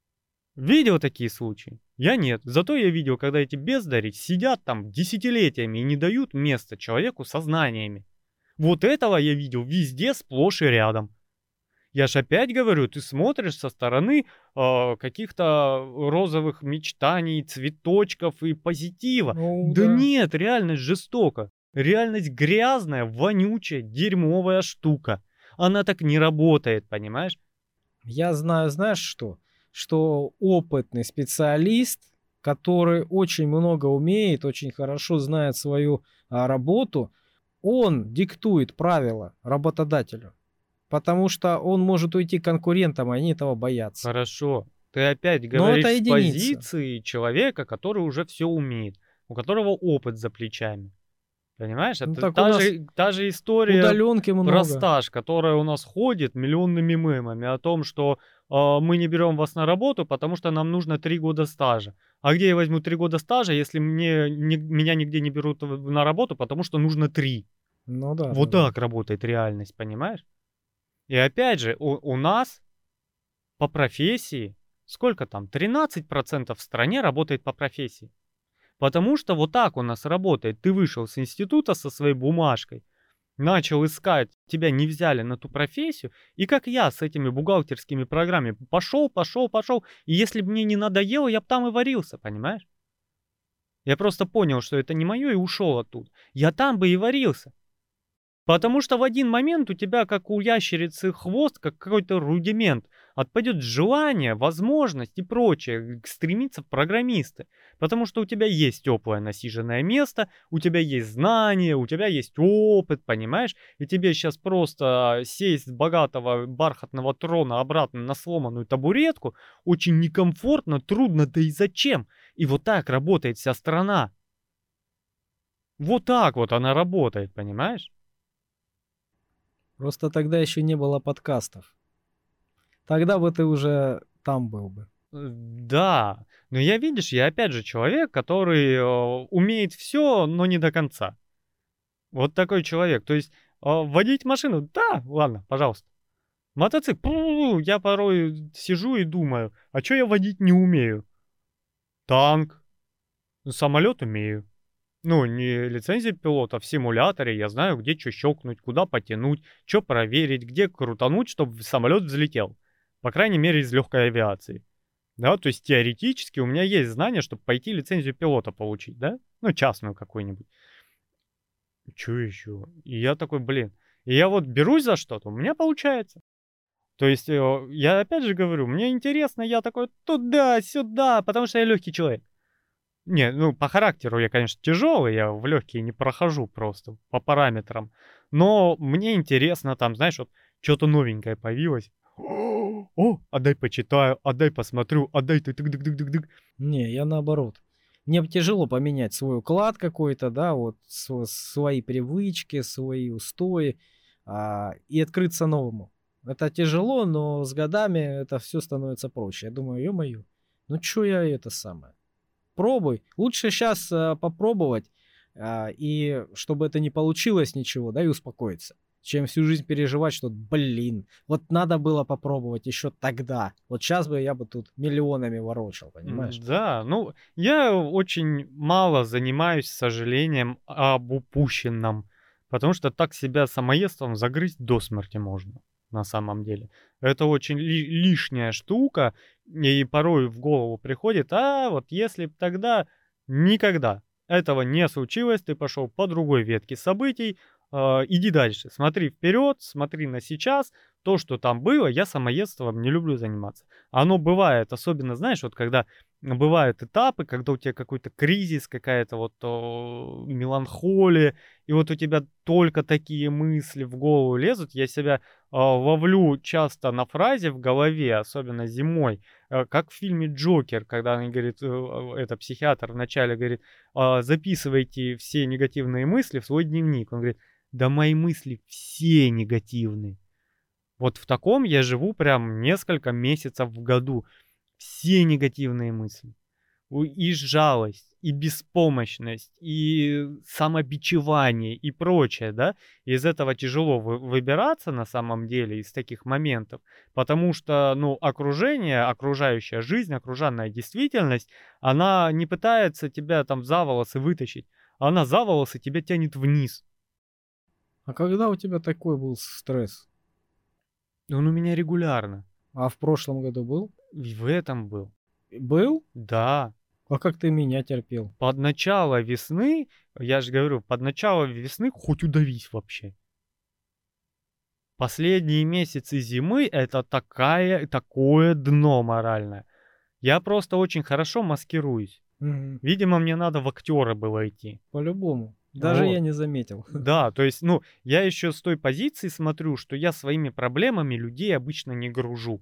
Видел такие случаи? Я нет. Зато я видел, когда эти бездари сидят там десятилетиями и не дают места человеку со знаниями. Вот этого я видел везде, сплошь и рядом. Я ж опять говорю, ты смотришь со стороны каких-то розовых мечтаний, цветочков и позитива. Ну, Да да. нет, реальность жестока. Реальность грязная, вонючая, дерьмовая штука. Она так не работает, понимаешь? Я знаю, знаешь что? Что опытный специалист, который очень много умеет, очень хорошо знает свою работу, он диктует правила работодателю. Потому что он может уйти к конкурентам, и они этого боятся. Хорошо. Ты опять Но это говоришь с единица. позиции человека, который уже все умеет, у которого опыт за плечами. Понимаешь? Ну Это так у нас та же история удаленки про много. стаж, которая у нас ходит миллионными мемами о том, что мы не берем вас на работу, потому что нам нужно 3 года стажа. А где я возьму 3 года стажа, если меня нигде не берут на работу, потому что нужно 3? Ну да, да, Вот да. так работает реальность, понимаешь? И опять же, у нас по профессии, сколько там, 13% в стране работает по профессии. Потому что вот так у нас работает. Ты вышел с института со своей бумажкой, начал искать, тебя не взяли на ту профессию, и как я с этими бухгалтерскими программами пошел, и если бы мне не надоело, я бы там и варился, понимаешь? Я просто понял, что это не мое, и ушел оттуда. Я там бы и варился. Потому что в один момент у тебя, как у ящерицы, хвост, как какой-то рудимент. Отпадет желание, возможность и прочее стремиться в программисты. Потому что у тебя есть теплое насиженное место, у тебя есть знания, у тебя есть опыт, понимаешь? И тебе сейчас просто сесть с богатого бархатного трона обратно на сломанную табуретку очень некомфортно, трудно, да и зачем? И вот так работает вся страна. Вот так вот она работает, понимаешь? Просто тогда еще не было подкастов. Тогда бы ты уже там был бы. Да, но я, видишь, я опять же человек, который умеет все, но не до конца. Вот такой человек. То есть водить машину, да, ладно, пожалуйста. Мотоцикл, я порой сижу и думаю, а что я водить не умею? Танк, самолет умею. Ну, не лицензия пилота, в симуляторе я знаю, где что щелкнуть, куда потянуть, что проверить, где крутануть, чтобы самолет взлетел. По крайней мере, из легкой авиации. Да, то есть теоретически у меня есть знания, чтобы пойти лицензию пилота получить, да? Ну, частную какую-нибудь. Чё еще? И я такой, блин. И я вот берусь за что-то, у меня получается. То есть я опять же говорю, мне интересно, я такой туда-сюда, потому что я легкий человек. Не, ну по характеру я, конечно, тяжелый, я в легкие не прохожу просто по параметрам. Но мне интересно там, знаешь, вот что-то новенькое появилось. О, отдай почитаю, отдай посмотрю, отдай тык-тык-тык-тык-тык. Не, я наоборот. Мне тяжело поменять свой уклад какой-то, да, вот свои привычки, свои устои, и открыться новому. Это тяжело, но с годами это все становится проще. Я думаю, ё-моё, ну чё я это самое? Пробуй. Лучше сейчас попробовать, и чтобы это не получилось ничего, да, и успокоиться, чем всю жизнь переживать, что, блин, вот надо было попробовать еще тогда. Вот сейчас бы я бы тут миллионами ворочал, понимаешь? Да, ну, я очень мало занимаюсь сожалением об упущенном, потому что так себя самоедством загрызть до смерти можно, на самом деле. Это очень лишняя штука, и порой в голову приходит, вот если б тогда никогда. этого не случилось, ты пошел по другой ветке событий, иди дальше, смотри вперед, смотри на сейчас, то, что там было, я самоедством не люблю заниматься. Оно бывает, особенно, знаешь, вот когда бывают этапы, когда у тебя какой-то кризис, какая-то вот меланхолия, и вот у тебя только такие мысли в голову лезут. Я себя ловлю часто на фразе в голове, особенно зимой, как в фильме «Джокер», когда он говорит, это психиатр вначале говорит, записывайте все негативные мысли в свой дневник. Он говорит, да мои мысли все негативные. Вот в таком я живу прям несколько месяцев в году. Все негативные мысли. И жалость, и беспомощность, и самобичевание, и прочее, да. Из этого тяжело выбираться на самом деле, из таких моментов, потому что, ну, окружение, окружающая жизнь, окружающая действительность, она не пытается тебя там за волосы вытащить, она за волосы тебя тянет вниз. А когда у тебя такой был стресс? Он у меня регулярно. А в прошлом году был? И в этом был. Был? Да. А как ты меня терпел? Под начало весны, я же говорю, под начало весны хоть удавись вообще. Последние месяцы зимы это такое дно моральное. Я просто очень хорошо маскируюсь. Мгм. Видимо, мне надо в актеры было идти. По-любому. Даже я Вот. не заметил. Да, то есть, ну, я еще с той позиции смотрю, что я своими проблемами людей обычно не гружу.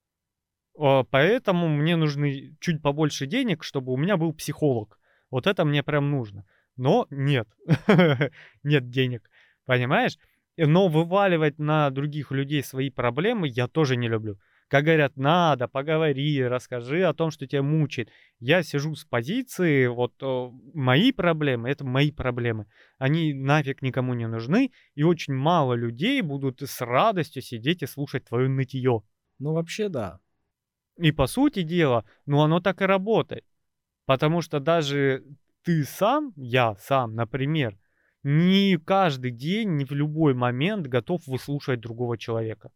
Поэтому мне нужны чуть побольше денег, чтобы у меня был психолог. Вот это мне прям нужно. Но нет, нет денег, понимаешь? Но вываливать на других людей свои проблемы я тоже не люблю. Как говорят, надо, поговори, расскажи о том, что тебя мучает. Я сижу с позиции, вот мои проблемы, это мои проблемы. Они нафиг никому не нужны, и очень мало людей будут с радостью сидеть и слушать твое нытье. Ну, вообще, да. И по сути дела, ну оно так и работает. Потому что даже ты сам, я сам, например, не каждый день, не в любой момент готов выслушать другого человека.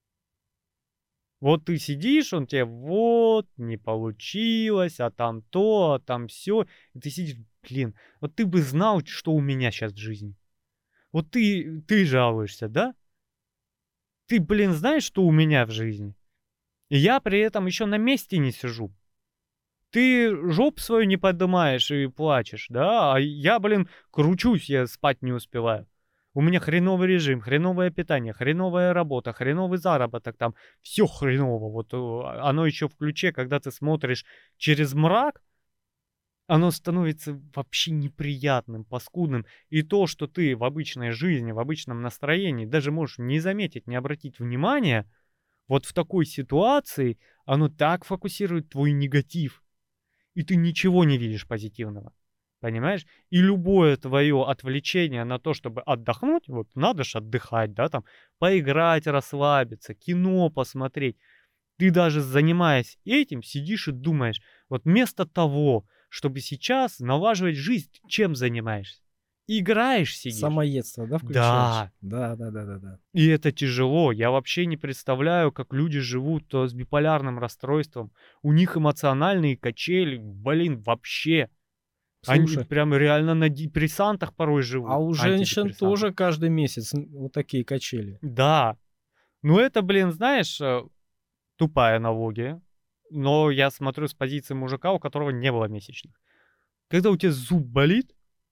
Вот ты сидишь, он тебе вот, не получилось, а там то, а там все. И ты сидишь, блин, вот ты бы знал, что у меня сейчас в жизни. Вот ты жалуешься, да? Ты, блин, знаешь, что у меня в жизни? И я при этом еще на месте не сижу. Ты жопу свою не поднимаешь и плачешь, да? А я, блин, кручусь, я спать не успеваю. У меня хреновый режим, хреновое питание, хреновая работа, хреновый заработок, там все хреново. Вот оно еще в ключе, когда ты смотришь через мрак, оно становится вообще неприятным, паскудным. И то, что ты в обычной жизни, в обычном настроении даже можешь не заметить, не обратить внимания, вот в такой ситуации оно так фокусирует твой негатив, и ты ничего не видишь позитивного. Понимаешь? И любое твое отвлечение на то, чтобы отдохнуть, вот надо же отдыхать, да, там, поиграть, расслабиться, кино посмотреть. Ты даже занимаясь этим, сидишь и думаешь, вот вместо того, чтобы сейчас налаживать жизнь, чем занимаешься? Играешь, сидишь. Самоедство, да, включаешь? Да, Да. и это тяжело. Я вообще не представляю, как люди живут с биполярным расстройством. У них эмоциональные качели, блин, вообще. Они Слушай, прям реально на депрессантах порой живут. а у женщин Антидепрессантах. тоже каждый месяц вот такие качели. Да. Ну это, блин, знаешь, тупая аналогия. Но я смотрю с позиции мужика, у которого не было месячных. Когда у тебя зуб болит,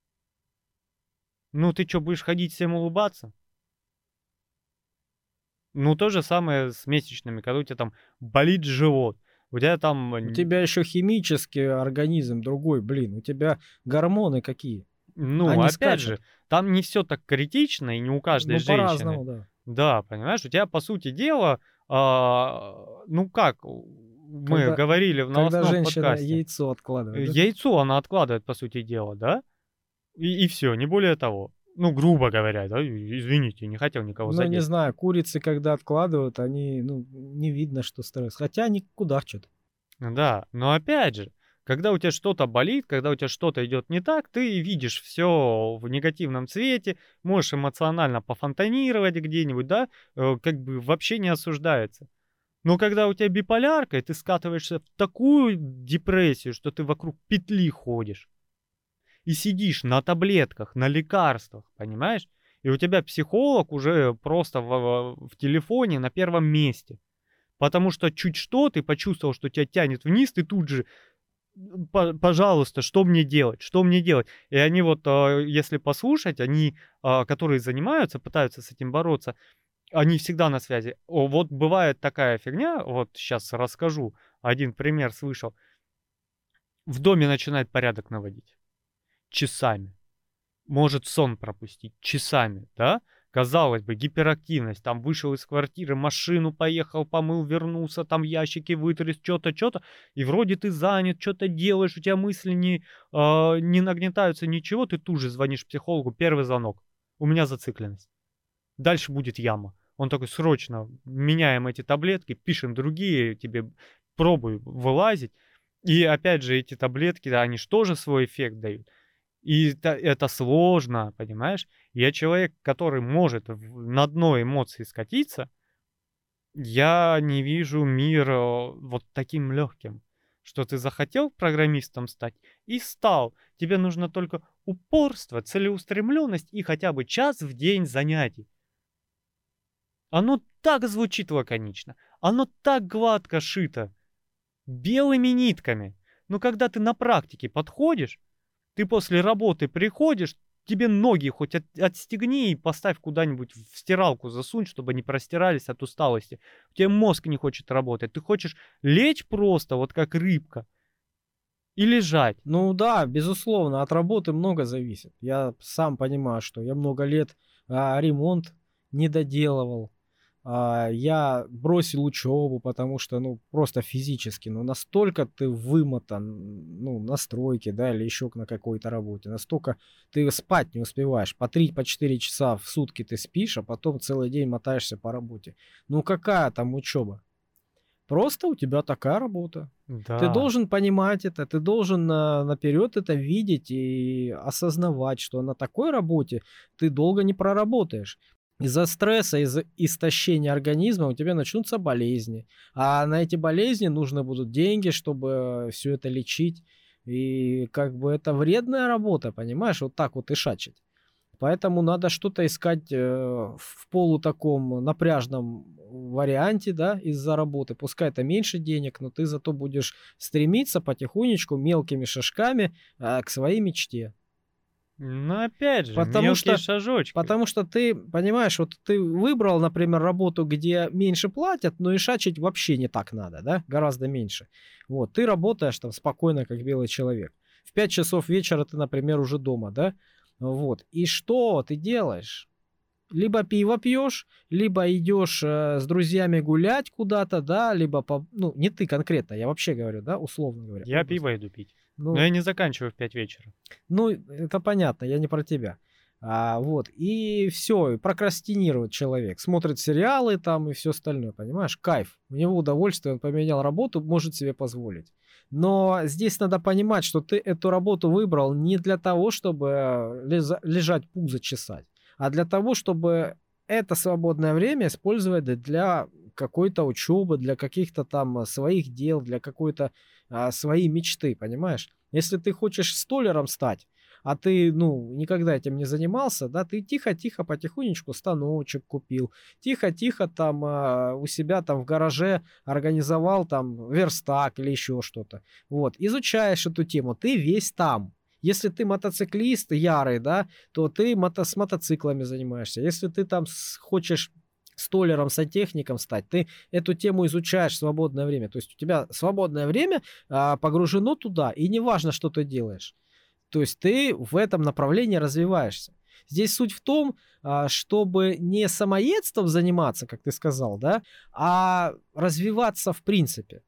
ну ты что, будешь ходить всем улыбаться? Ну то же самое с месячными, когда у тебя там болит живот. У тебя там... У тебя еще химический организм другой, блин. У тебя гормоны какие? Ну, Они опять скачут. же, там не все так критично и не у каждой Ну, женщины. по-разному, да. Да, понимаешь, у тебя, по сути дела, ну как, мы Когда, говорили в когда новостном женщина подкасте, яйцо откладывает, да? яйцо она откладывает, по сути дела, да? И все, не более того. Ну, грубо говоря, да, извините, не хотел никого Ну, не задеть. знаю, курицы, когда откладывают, они, ну, не видно, что стресс. Хотя они кудахчут. Да, но опять же, когда у тебя что-то болит, когда у тебя что-то идет не так, ты видишь все в негативном цвете, можешь эмоционально пофонтанировать где-нибудь, да, как бы вообще не осуждается. Но когда у тебя биполярка, и ты скатываешься в такую депрессию, что ты вокруг петли ходишь. и сидишь на таблетках, на лекарствах, понимаешь? И у тебя психолог уже просто в телефоне на первом месте. Потому что чуть что, ты почувствовал, что тебя тянет вниз, ты тут же, пожалуйста, что мне делать, что мне делать? И они вот, если послушать, они, которые занимаются, пытаются с этим бороться, они всегда на связи. Вот бывает такая фигня, вот сейчас расскажу, один пример слышал. В доме начинает порядок наводить. Часами. Может сон пропустить. Часами, да? Казалось бы, гиперактивность. Там вышел из квартиры, машину поехал, помыл, вернулся, там ящики вытряс, что-то. И вроде ты занят, что-то делаешь, у тебя мысли не нагнетаются, ничего. Ты тут же звонишь психологу, первый звонок. У меня зацикленность. Дальше будет яма. Он такой, срочно меняем эти таблетки, пишем другие, тебе пробуй вылазить. И опять же, эти таблетки, они же тоже свой эффект дают. И это сложно, понимаешь? Я человек, который может на дно эмоций скатиться, я не вижу мир вот таким легким, что ты захотел программистом стать и стал. Тебе нужно только упорство, целеустремленность и хотя бы час в день занятий. Оно так звучит лаконично, оно так гладко шито, белыми нитками. Но когда ты на практике подходишь, ты после работы приходишь, тебе ноги хоть отстегни и поставь куда-нибудь в стиралку, засунь, чтобы не простирались от усталости. У тебя мозг не хочет работать. Ты хочешь лечь просто, вот как рыбка, и лежать. Ну да, безусловно, от работы много зависит. Я сам понимаю, что я много лет ремонт не доделывал. Я бросил учебу, потому что, ну, просто физически, ну, настолько ты вымотан, ну, на стройке, да, или еще на какой-то работе, настолько ты спать не успеваешь. По 3-4 часа в сутки ты спишь, а потом целый день мотаешься по работе. Ну, какая там учеба? Просто у тебя такая работа. Ты Да. должен понимать это, ты должен наперед это видеть и осознавать, что на такой работе ты долго не проработаешь. Из-за стресса, из-за истощения организма у тебя начнутся болезни. А на эти болезни нужны будут деньги, чтобы все это лечить. И как бы это вредная работа, понимаешь, вот так вот и шачить. Поэтому надо что-то искать в полутаком напряжном варианте, да, из-за работы. Пускай это меньше денег, но ты зато будешь стремиться потихонечку, мелкими шажками к своей мечте. Но опять же, Потому мелкие что, шажочки. потому что ты, понимаешь, вот ты выбрал, например, работу, где меньше платят, но и шачить вообще не так надо, да, гораздо меньше. Вот, ты работаешь там спокойно, как белый человек. В 5 часов вечера ты, например, уже дома, да, вот. И что ты делаешь? Либо пиво пьешь, либо идешь с друзьями гулять куда-то, да, либо, ну, не ты конкретно, я вообще говорю, да, условно говоря. Я образно. пиво иду пить. Но Ну, я не заканчиваю в 5 вечера. ну, это понятно, я не про тебя. Вот, и все, прокрастинирует человек, смотрит сериалы там и все остальное, понимаешь, кайф, у него удовольствие, он поменял работу, может себе позволить. Но здесь надо понимать, что ты эту работу выбрал не для того, чтобы лежать пузо чесать, а для того, чтобы это свободное время использовать для какой-то учебы, для каких-то там своих дел, для какой-то своей мечты, понимаешь? Если ты хочешь столяром стать, а ты, ну, никогда этим не занимался, да, ты тихо-тихо, потихонечку станочек купил, тихо-тихо там у себя там в гараже организовал там верстак или еще что-то. Вот, изучаешь эту тему, ты весь там. Если ты мотоциклист ярый, да, то ты с мотоциклами занимаешься. Если ты там хочешь столяром, сантехником стать, ты эту тему изучаешь в свободное время. То есть у тебя свободное время погружено туда, и не важно, что ты делаешь. То есть ты в этом направлении развиваешься. Здесь суть в том, чтобы не самоедством заниматься, как ты сказал, да, а развиваться в принципе.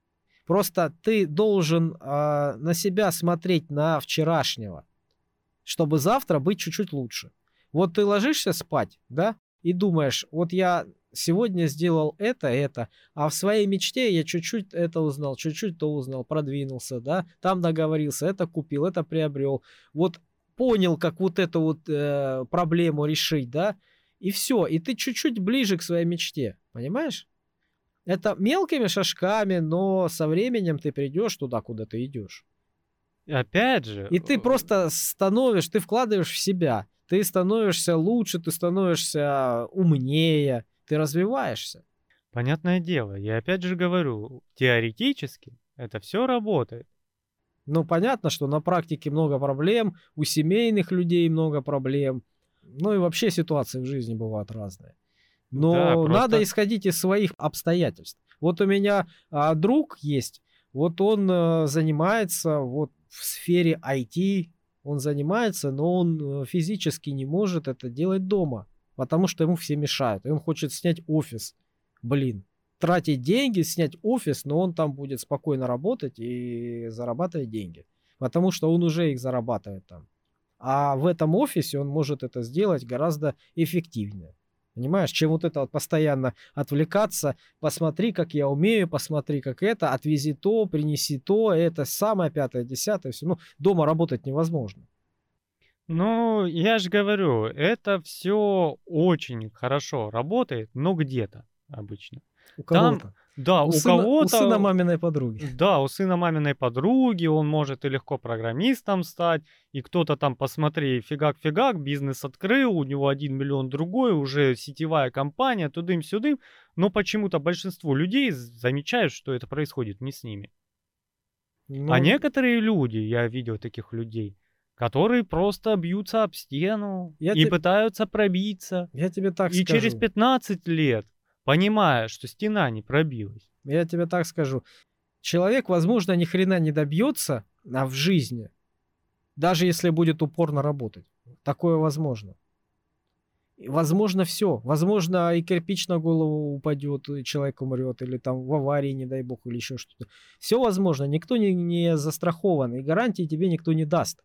Просто ты должен на себя смотреть на вчерашнего, чтобы завтра быть чуть-чуть лучше. Вот ты ложишься спать, да, и думаешь, вот я сегодня сделал это, а в своей мечте я чуть-чуть это узнал, чуть-чуть то узнал, продвинулся, да, там договорился, это купил, это приобрел, вот понял, как вот эту вот проблему решить, да, и все, и ты чуть-чуть ближе к своей мечте, понимаешь? Это мелкими шажками, но со временем ты придешь туда, куда ты идешь. Опять же, И ты просто ты вкладываешь в себя, ты становишься лучше, ты становишься умнее, ты развиваешься. понятное дело, я опять же говорю, теоретически это все работает. Ну, понятно, что на практике много проблем, у семейных людей много проблем, ну и вообще ситуации в жизни бывают разные. Да, Но надо просто исходить из своих обстоятельств. Вот у меня друг есть, вот он занимается вот в сфере IT, он занимается, но он физически не может это делать дома, потому что ему все мешают. И он хочет снять офис. Блин, тратить деньги, снять офис, но он там будет спокойно работать и зарабатывать деньги, потому что он уже их зарабатывает там. А в этом офисе он может это сделать гораздо эффективнее. Понимаешь, чем вот это вот постоянно отвлекаться, посмотри, как я умею, посмотри, как это, отвези то, принеси то, это самое, пятое, десятое, все. Ну, дома работать невозможно. ну, я же говорю, это все очень хорошо работает, но где-то обычно. У Там, кого-то. да, у У сына кого-то, маминой подруги. да, у сына маминой подруги, он может и легко программистом стать, и кто-то там, посмотри, фигак-фигак, бизнес открыл, у него 1 миллион другой, уже сетевая компания, тудым-сюдым, но почему-то большинство людей замечают, что это происходит не с ними. А Ну, некоторые люди, я видел таких людей, которые просто бьются об стену я, и те- пытаются пробиться. я тебе так И через скажу. 15 лет, понимая, что стена не пробилась. Я тебе так скажу. Человек, возможно, ни хрена не добьется в жизни, даже если будет упорно работать. Такое возможно. И возможно все. Возможно, и кирпич на голову упадет, и человек умрет, или там в аварии, не дай бог, или еще что-то. Все возможно. Никто не застрахован, и гарантии тебе никто не даст.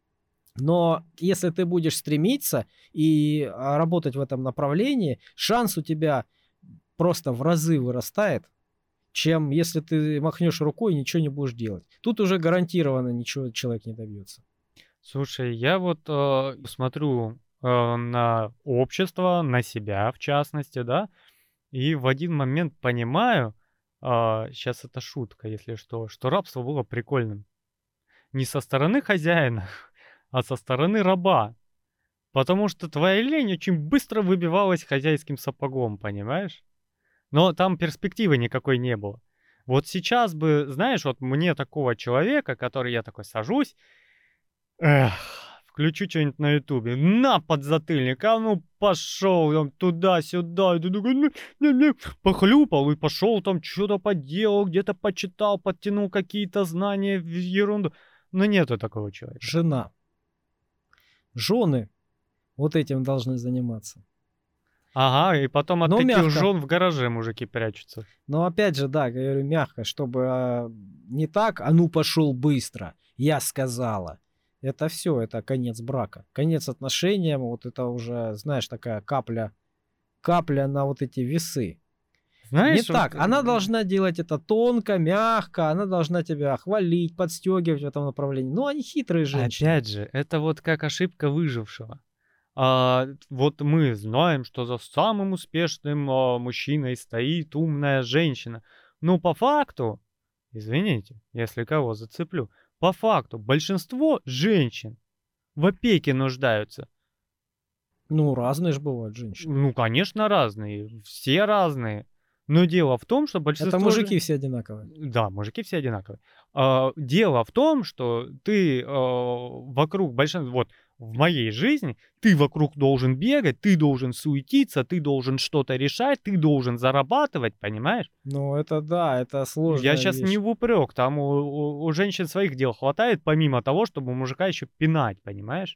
Но если ты будешь стремиться и работать в этом направлении, шанс у тебя просто в разы вырастает, чем если ты махнешь рукой и ничего не будешь делать. Тут уже гарантированно ничего человек не добьется. Слушай, я вот смотрю на общество, на себя в частности, да, и в один момент понимаю, сейчас это шутка, если что рабство было прикольным. Не со стороны хозяина, а со стороны раба. Потому что твоя лень очень быстро выбивалась хозяйским сапогом, понимаешь? Но там перспективы никакой не было. Вот сейчас бы, знаешь, вот мне такого человека, который я такой сажусь, эх, включу что-нибудь на ютубе, на подзатыльник, а ну пошел там туда-сюда, и ты такой, не, похлюпал и пошел там что-то поделал, где-то почитал, подтянул какие-то знания в ерунду. Но нету такого человека. Жена. Жены вот этим должны заниматься. Ага, и потом от Но таких мягко. жен в гараже мужики прячутся. Но опять же, да, говорю мягко, чтобы не так, а ну пошел быстро, я сказала. Это все, это конец брака. Конец отношениям, вот это уже, знаешь, такая капля на вот эти весы. Не Знаешь, вот так. Она должна делать это тонко, мягко, она должна тебя хвалить, подстегивать в этом направлении. Ну, они хитрые женщины. опять же, это вот как ошибка выжившего. Вот мы знаем, что за самым успешным мужчиной стоит умная женщина. Но по факту, извините, если кого зацеплю, по факту большинство женщин в опеке нуждаются. Ну, разные же бывают женщины. Ну, конечно, разные, все разные. Но дело в том, что Это большинство... мужики все одинаковые. Да, мужики все одинаковые. Дело в том, что ты вокруг большинства, вот в моей жизни, ты вокруг должен бегать, ты должен суетиться, ты должен что-то решать, ты должен зарабатывать, понимаешь? Ну, это да, это Я сложная сейчас не вещь. в упрек, там у женщин своих дел хватает, помимо того, чтобы мужика еще пинать, понимаешь?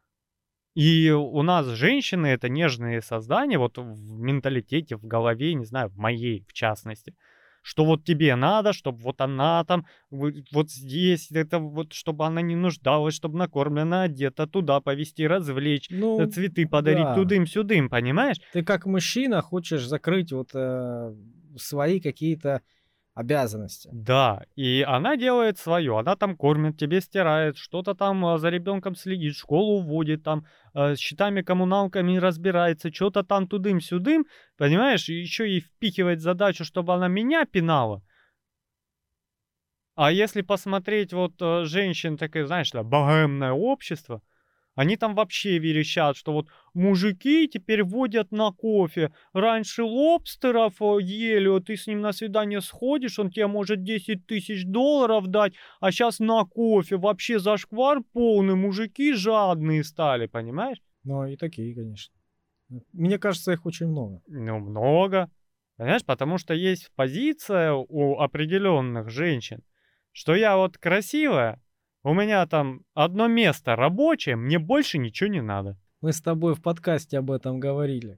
И у нас женщины это нежные создания, вот в менталитете, в голове, не знаю, в моей в частности. Что вот тебе надо, чтобы вот она там, вот здесь, это вот, чтобы она не нуждалась, чтобы накормлена, одета, туда повезти, развлечь, Ну, цветы подарить, да. тудым-сюдым, понимаешь? Ты как мужчина хочешь закрыть вот свои какие-то обязанности. Да, и она делает свое, она там кормит, тебе стирает, что-то там за ребенком следит, школу уводит, там с счетами, коммуналками разбирается, что-то там тудым-сюдым, понимаешь, и еще ей впихивает задачу, чтобы она меня пинала. А если посмотреть вот женщин, такое, знаешь, да, богемное общество, они там вообще верещат, что вот мужики теперь водят на кофе. Раньше лобстеров ели, вот ты с ним на свидание сходишь, он тебе может 10 тысяч долларов дать, а сейчас на кофе вообще зашквар полный, мужики жадные стали, понимаешь? Ну, и такие, конечно. Мне кажется, их очень много. Ну, много. Понимаешь, потому что есть позиция у определенных женщин, что я вот красивая, у меня там одно место рабочее, мне больше ничего не надо. Мы с тобой в подкасте об этом говорили.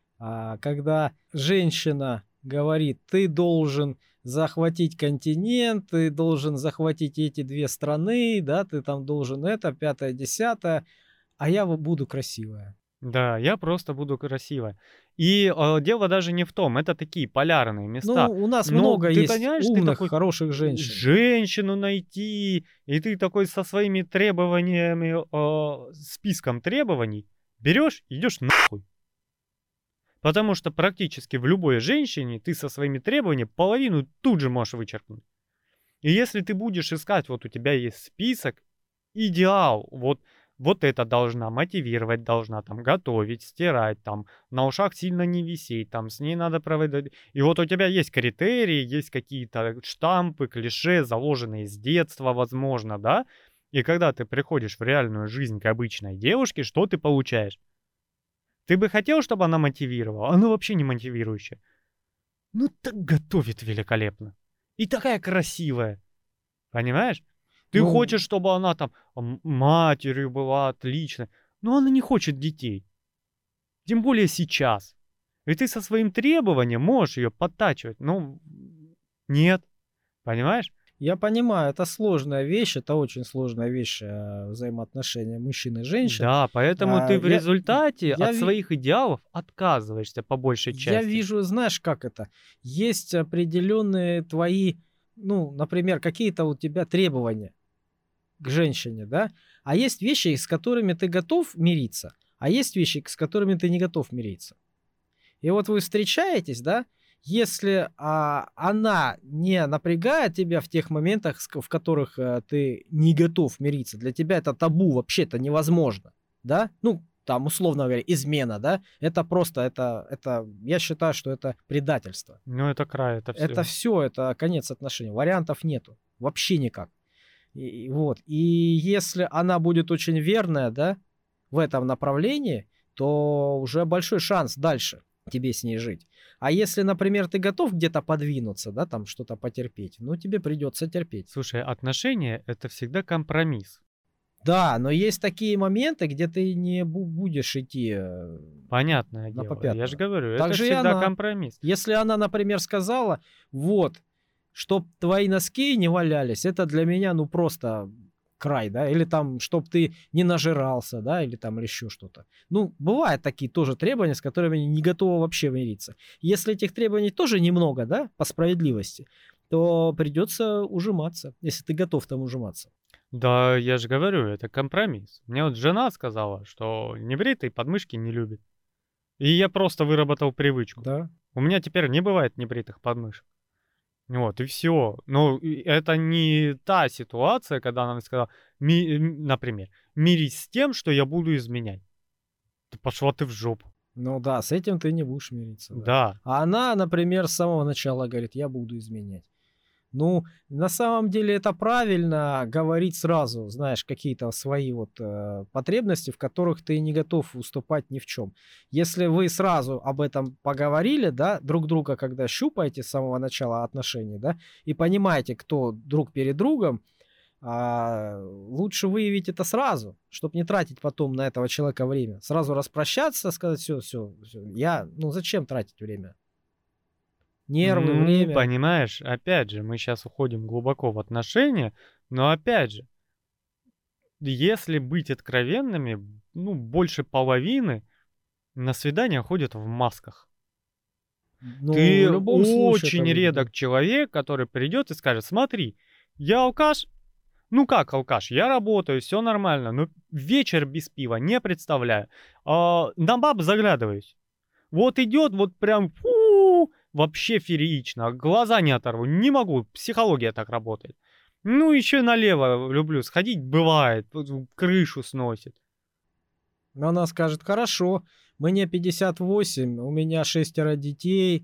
Когда женщина говорит, ты должен захватить континент, ты должен захватить эти 2 страны, да, ты там должен это, пятое, десятое, а я вот буду красивая. Да, я просто буду красивая. И дело даже не в том, это такие полярные Ну, места. у нас Но много ты есть понимаешь, ты умных, такой хороших женщин. женщину найти, и ты такой со своими требованиями, списком требований берешь, идешь нахуй. Потому что практически в любой женщине ты со своими требованиями половину тут же можешь вычеркнуть. И если ты будешь искать, вот у тебя есть список, идеал, вот это должна, мотивировать должна, там, готовить, стирать, там, на ушах сильно не висеть, там, с ней надо проводить. И вот у тебя есть критерии, есть какие-то штампы, клише, заложенные с детства, возможно, да? И когда ты приходишь в реальную жизнь к обычной девушке, что ты получаешь? Ты бы хотел, чтобы она мотивировала? Она вообще не мотивирующая. Ну так готовит великолепно. И такая красивая. Понимаешь? Ты Ну, хочешь, чтобы она там матерью была отличной. Но она не хочет детей. Тем более сейчас. И ты со своим требованием можешь ее подтачивать. Ну, нет. Понимаешь? я понимаю, это сложная вещь, это очень сложная вещь, взаимоотношения мужчин и женщин. Да, поэтому А, ты в я, результате я, от ви- своих идеалов отказываешься по большей я части. вижу, знаешь, как это? Есть определенные твои, ну, например, какие-то у тебя требования к женщине, да? А есть вещи, с которыми ты готов мириться, а есть вещи, с которыми ты не готов мириться. И вот вы встречаетесь, да, если она не напрягает тебя в тех моментах, в которых ты не готов мириться, для тебя это табу, вообще это невозможно, да, ну, там, условно говоря, измена, да, это просто, я считаю, что это предательство. Ну, это край, это Это все. все, это конец отношений, вариантов нету, вообще никак. Вот, и если она будет очень верная, да, в этом направлении, то уже большой шанс дальше тебе с ней жить. А если, например, ты готов где-то подвинуться, да, там что-то потерпеть, ну, тебе придется терпеть. Слушай, отношения это всегда компромисс. Да, но есть такие моменты, где ты не будешь идти Понятное на дело. Я же попятную. говорю, Так это же и всегда она. компромисс. Если она, например, сказала, вот, чтоб твои носки не валялись, это для меня, ну, просто край, да, или там, чтоб ты не нажирался, да, или там, или еще что-то. Ну, бывают такие тоже требования, с которыми не готовы вообще мириться. Если этих требований тоже немного, да, по справедливости, то придется ужиматься, если ты готов там ужиматься. Да, я же говорю, это компромисс. Мне вот жена сказала, что небритые подмышки не любит. И я просто выработал привычку. Да. У меня теперь не бывает небритых подмышек. Вот, и все. Но это не та ситуация, когда она мне сказала, например, мирись с тем, что я буду изменять. Да пошла ты в жопу. Ну да, с этим ты не будешь мириться, да. Да. А она, например, с самого начала говорит, я буду изменять. Ну, на самом деле это правильно говорить сразу, знаешь, какие-то свои вот потребности, в которых ты не готов уступать ни в чем. Если вы сразу об этом поговорили, да, друг друга, когда щупаете с самого начала отношений, да, и понимаете, кто друг перед другом, лучше выявить это сразу, чтобы не тратить потом на этого человека время. Сразу распрощаться, сказать, все, ну зачем тратить время? Нервы, Ну, время. понимаешь, опять же, мы сейчас уходим глубоко в отношения, но опять же, если быть откровенными, ну, больше половины на свидания ходят в масках. Ну, Ты в любом случае это очень будет, да. редок человек, который придет и скажет, смотри, я алкаш, ну как алкаш, я работаю, все нормально, но вечер без пива не представляю. На баб заглядываюсь. Вот идет, вот прям вообще феерично, глаза не оторву, не могу, психология так работает. Ну, еще налево люблю сходить, бывает, вот крышу сносит. Но она скажет: хорошо, мне 58, у меня 6 детей,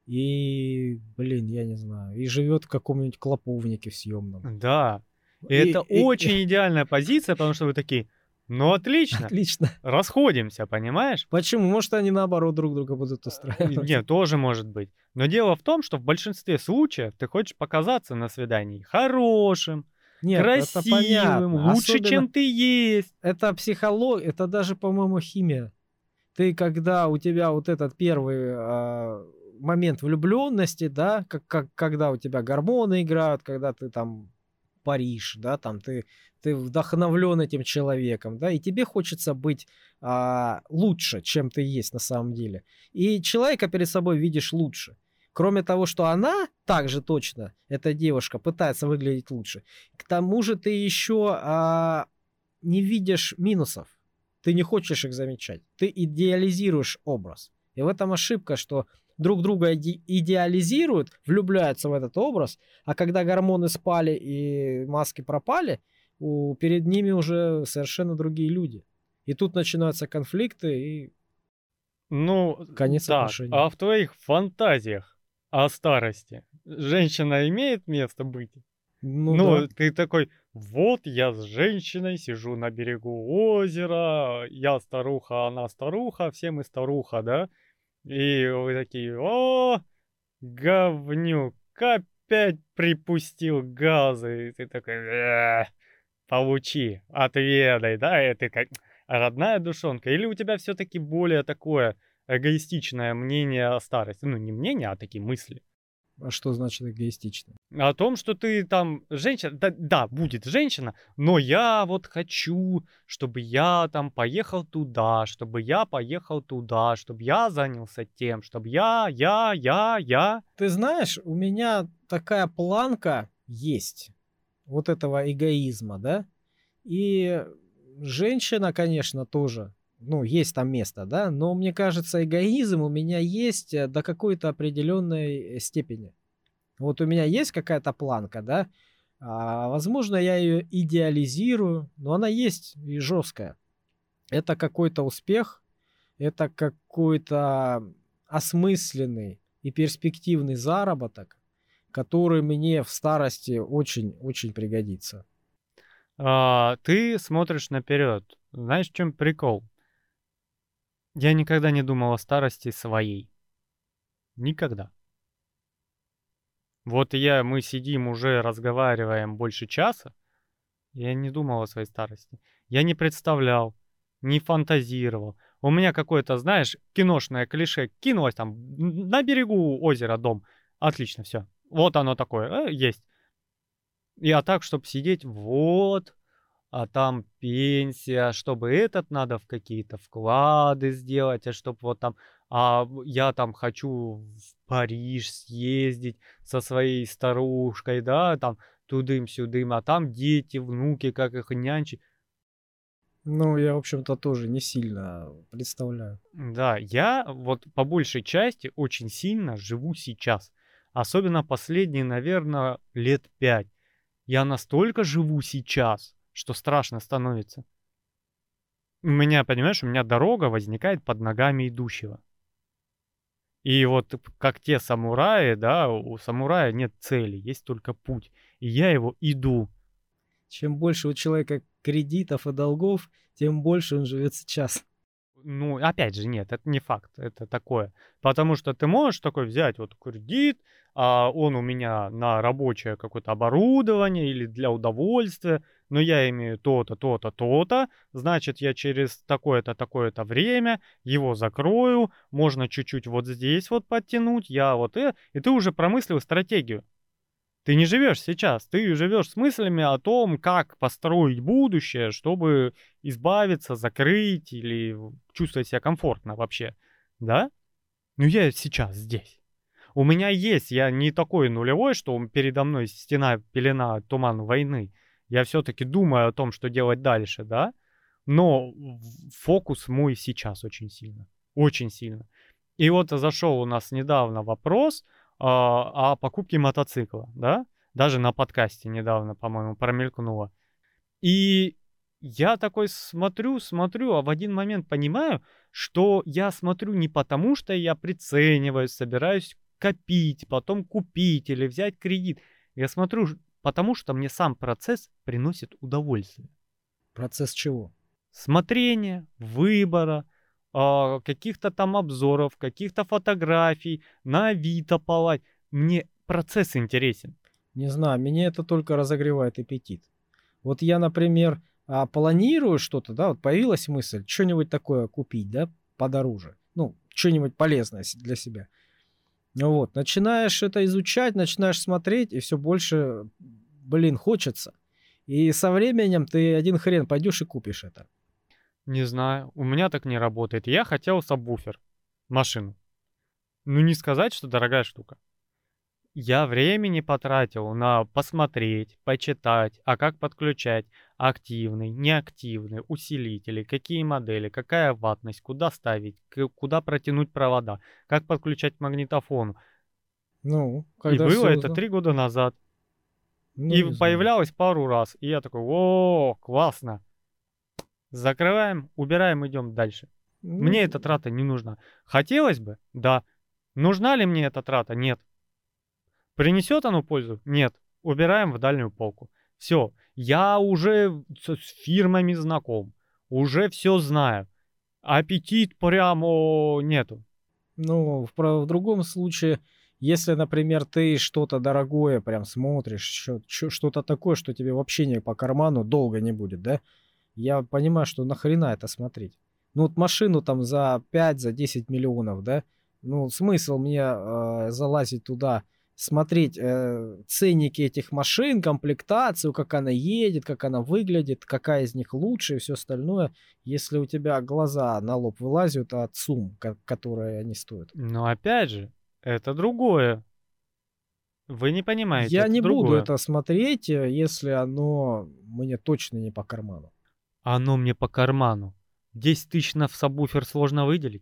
и, блин, я не знаю, и живет в каком-нибудь клоповнике съемном. Да, и это И очень идеальная позиция, потому что вы такие, ну, отлично, отлично. расходимся, понимаешь? Почему? Может, они наоборот друг друга будут устраивать? Нет, тоже может быть. Но дело в том, что в большинстве случаев ты хочешь показаться на свидании хорошим, Нет, это красивым, понятно. лучше, чем Особенно ты есть. это психология, это даже, по-моему, химия. Ты, когда у тебя вот этот первый момент влюбленности, да, когда у тебя гормоны играют, когда ты там паришь, да, там ты вдохновлен этим человеком, да, и тебе хочется быть лучше, чем ты есть на самом деле. И человека перед собой видишь лучше. Кроме того, что она также точно, эта девушка, пытается выглядеть лучше, к тому же ты еще не видишь минусов. Ты не хочешь их замечать. Ты идеализируешь образ. И в этом ошибка, что друг друга идеализируют, влюбляются в этот образ, а когда гормоны спали и маски пропали, перед ними уже совершенно другие люди. И тут начинаются конфликты и Ну, конец так, отношений. а в твоих фантазиях о старости женщина имеет место быть? Ну да. Ну, ты такой, вот я с женщиной сижу на берегу озера, я старуха, она старуха, все мы старуха, да? И вы такие, о, говнюк, опять припустил газы. И ты такой, получи, отведай, да? И ты как родная душонка. Или у тебя все-таки более такое эгоистичное мнение о старости? Ну, не мнение, а такие мысли. А что значит эгоистично? О том, что ты там женщина, да, да, будет женщина, но я вот хочу, чтобы я там поехал туда, чтобы я поехал туда, чтобы я занялся тем, чтобы я. Ты знаешь, у меня такая планка есть вот этого эгоизма, да? И женщина, конечно, тоже, ну, есть там место, да, но мне кажется, эгоизм у меня есть до какой-то определенной степени. Вот у меня есть какая-то планка, да, возможно, я ее идеализирую, но она есть и жесткая. Это какой-то успех, это какой-то осмысленный и перспективный заработок, который мне в старости очень-очень пригодится. Ты смотришь наперед. Знаешь, в чем прикол? Я никогда не думал о старости своей. Никогда. Вот мы сидим уже, разговариваем больше часа. Я не думал о своей старости. Я не представлял, не фантазировал. У меня какое-то, знаешь, киношное клише кинулось там на берегу озера дом. Отлично, все. Вот оно такое, есть. Я так, чтобы сидеть, вот, а там пенсия, чтобы этот надо в какие-то вклады сделать, а чтобы вот там, я там хочу в Париж съездить со своей старушкой, да, там тудым-сюдым, а там дети, внуки, как их нянчить. Ну, я, в общем-то, тоже не сильно представляю. Да, я вот по большей части очень сильно живу сейчас. Особенно последние, наверное, лет 5. Я настолько живу сейчас, что страшно становится. У меня, понимаешь, у меня дорога возникает под ногами идущего. И вот как те самураи, да, у самурая нет цели, есть только путь. И я его иду. Чем больше у человека кредитов и долгов, тем больше он живет сейчас. Ну, опять же, нет, это не факт, это такое. Потому что ты можешь такой взять вот кредит, а он у меня на рабочее какое-то оборудование или для удовольствия, но я имею то-то, то-то, то-то, значит, я через такое-то, такое-то время его закрою, можно чуть-чуть вот здесь вот подтянуть, и ты уже промыслил стратегию. Ты не живешь сейчас, ты живешь с мыслями о том, как построить будущее, чтобы избавиться, закрыть или чувствовать себя комфортно вообще, да? Ну я сейчас здесь. У меня есть, я не такой нулевой, что передо мной стена, пелена, туман войны. Я все-таки думаю о том, что делать дальше, да? Но фокус мой сейчас очень сильно. Очень сильно. И вот зашел у нас недавно вопрос о покупке мотоцикла, да? Даже на подкасте недавно, по-моему, промелькнуло. И я такой смотрю, а в один момент понимаю, что я смотрю не потому, что я прицениваюсь, собираюсь копить, потом купить или взять кредит. Я смотрю, потому что мне сам процесс приносит удовольствие. Процесс чего? Смотрения, выбора, каких-то там обзоров, каких-то фотографий, на Авито полать. Мне процесс интересен. Не знаю, меня это только разогревает аппетит. Вот я, например, планирую что-то, да, вот появилась мысль что-нибудь такое купить, да, подороже. Ну, что-нибудь полезное для себя. Ну вот, начинаешь это изучать, начинаешь смотреть, и все больше, блин, хочется. И со временем ты один хрен пойдешь и купишь это. Не знаю, у меня так не работает. Я хотел сабвуфер, машину. Ну, не сказать, что дорогая штука. Я времени потратил на посмотреть, почитать, а как подключать активный, неактивный, усилители, какие модели, какая ваттность, куда ставить, куда протянуть провода, как подключать к магнитофону. Ну, И когда было все это узнал. 3 года назад. Ну, И не знаю. появлялось пару раз. И я такой, о, классно. Закрываем, убираем, идем дальше. Мне Ну, эта трата не нужна. Хотелось бы? Да. Нужна ли мне эта трата? Нет. Принесет оно пользу? Нет. Убираем в дальнюю полку. Все. Я уже с фирмами знаком. Уже все знаю. Аппетит прямо нету. ну, в другом случае, если, например, ты что-то дорогое прям смотришь, что-то такое, что тебе вообще не по карману, долго не будет, да? Я понимаю, что нахрена это смотреть. Ну, вот машину там за 5, за 10 миллионов, да? Ну, смысл мне залазить туда, смотреть ценники этих машин, комплектацию, как она едет, как она выглядит, какая из них лучше и все остальное, если у тебя глаза на лоб вылазят от сумм, которые они стоят. Но опять же, это другое. Вы не понимаете, Я это не буду другое. это смотреть, если оно мне точно не по карману. Оно мне по карману. 10 тысяч на сабвуфер сложно выделить.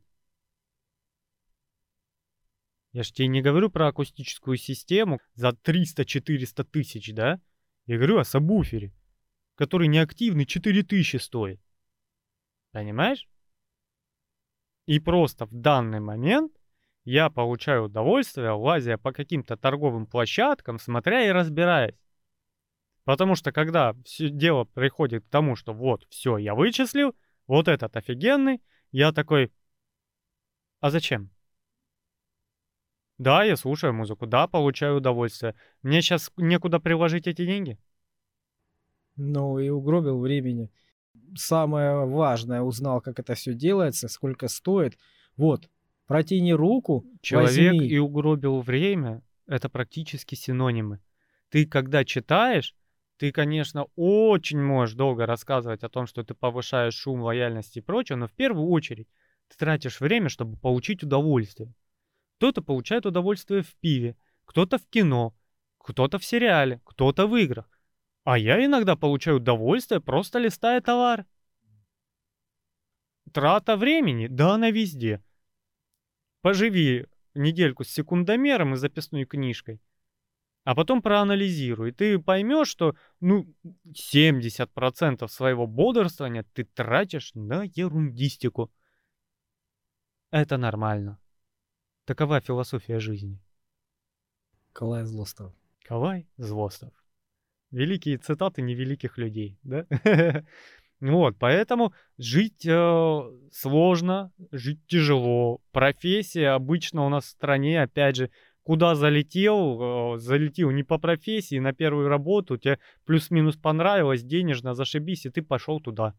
Я ж тебе не говорю про акустическую систему за 300-400 тысяч, да? Я говорю о сабвуфере, который неактивный 4000 стоит. Понимаешь? И просто в данный момент я получаю удовольствие, лазя по каким-то торговым площадкам, смотря и разбираясь. Потому что когда все дело приходит к тому, что вот, все, я вычислил, вот этот офигенный, я такой, а зачем? Да, я слушаю музыку, да, получаю удовольствие. Мне сейчас некуда приложить эти деньги? Ну и угробил времени. Самое важное, узнал, как это все делается, сколько стоит. Вот, протяни руку, Человек и возьми. угробил время — это практически синонимы. Ты когда читаешь, ты, конечно, очень можешь долго рассказывать о том, что ты повышаешь шум, лояльность и прочее, но в первую очередь ты тратишь время, чтобы получить удовольствие. Кто-то получает удовольствие в пиве, кто-то в кино, кто-то в сериале, кто-то в играх. А я иногда получаю удовольствие, просто листая товар. Трата времени? Да, она везде. Поживи недельку с секундомером и записной книжкой, а потом проанализируй. Ты поймешь, что, ну, 70% своего бодрствования ты тратишь на ерундистику. Это нормально. Такова философия жизни. Калай Злостов. Кавай Злостов. Великие цитаты невеликих людей, да? Вот, поэтому жить сложно, жить тяжело. Профессия обычно у нас в стране, опять же, куда залетел не по профессии, на первую работу, тебе плюс-минус понравилось, денежно, зашибись, и ты пошел туда.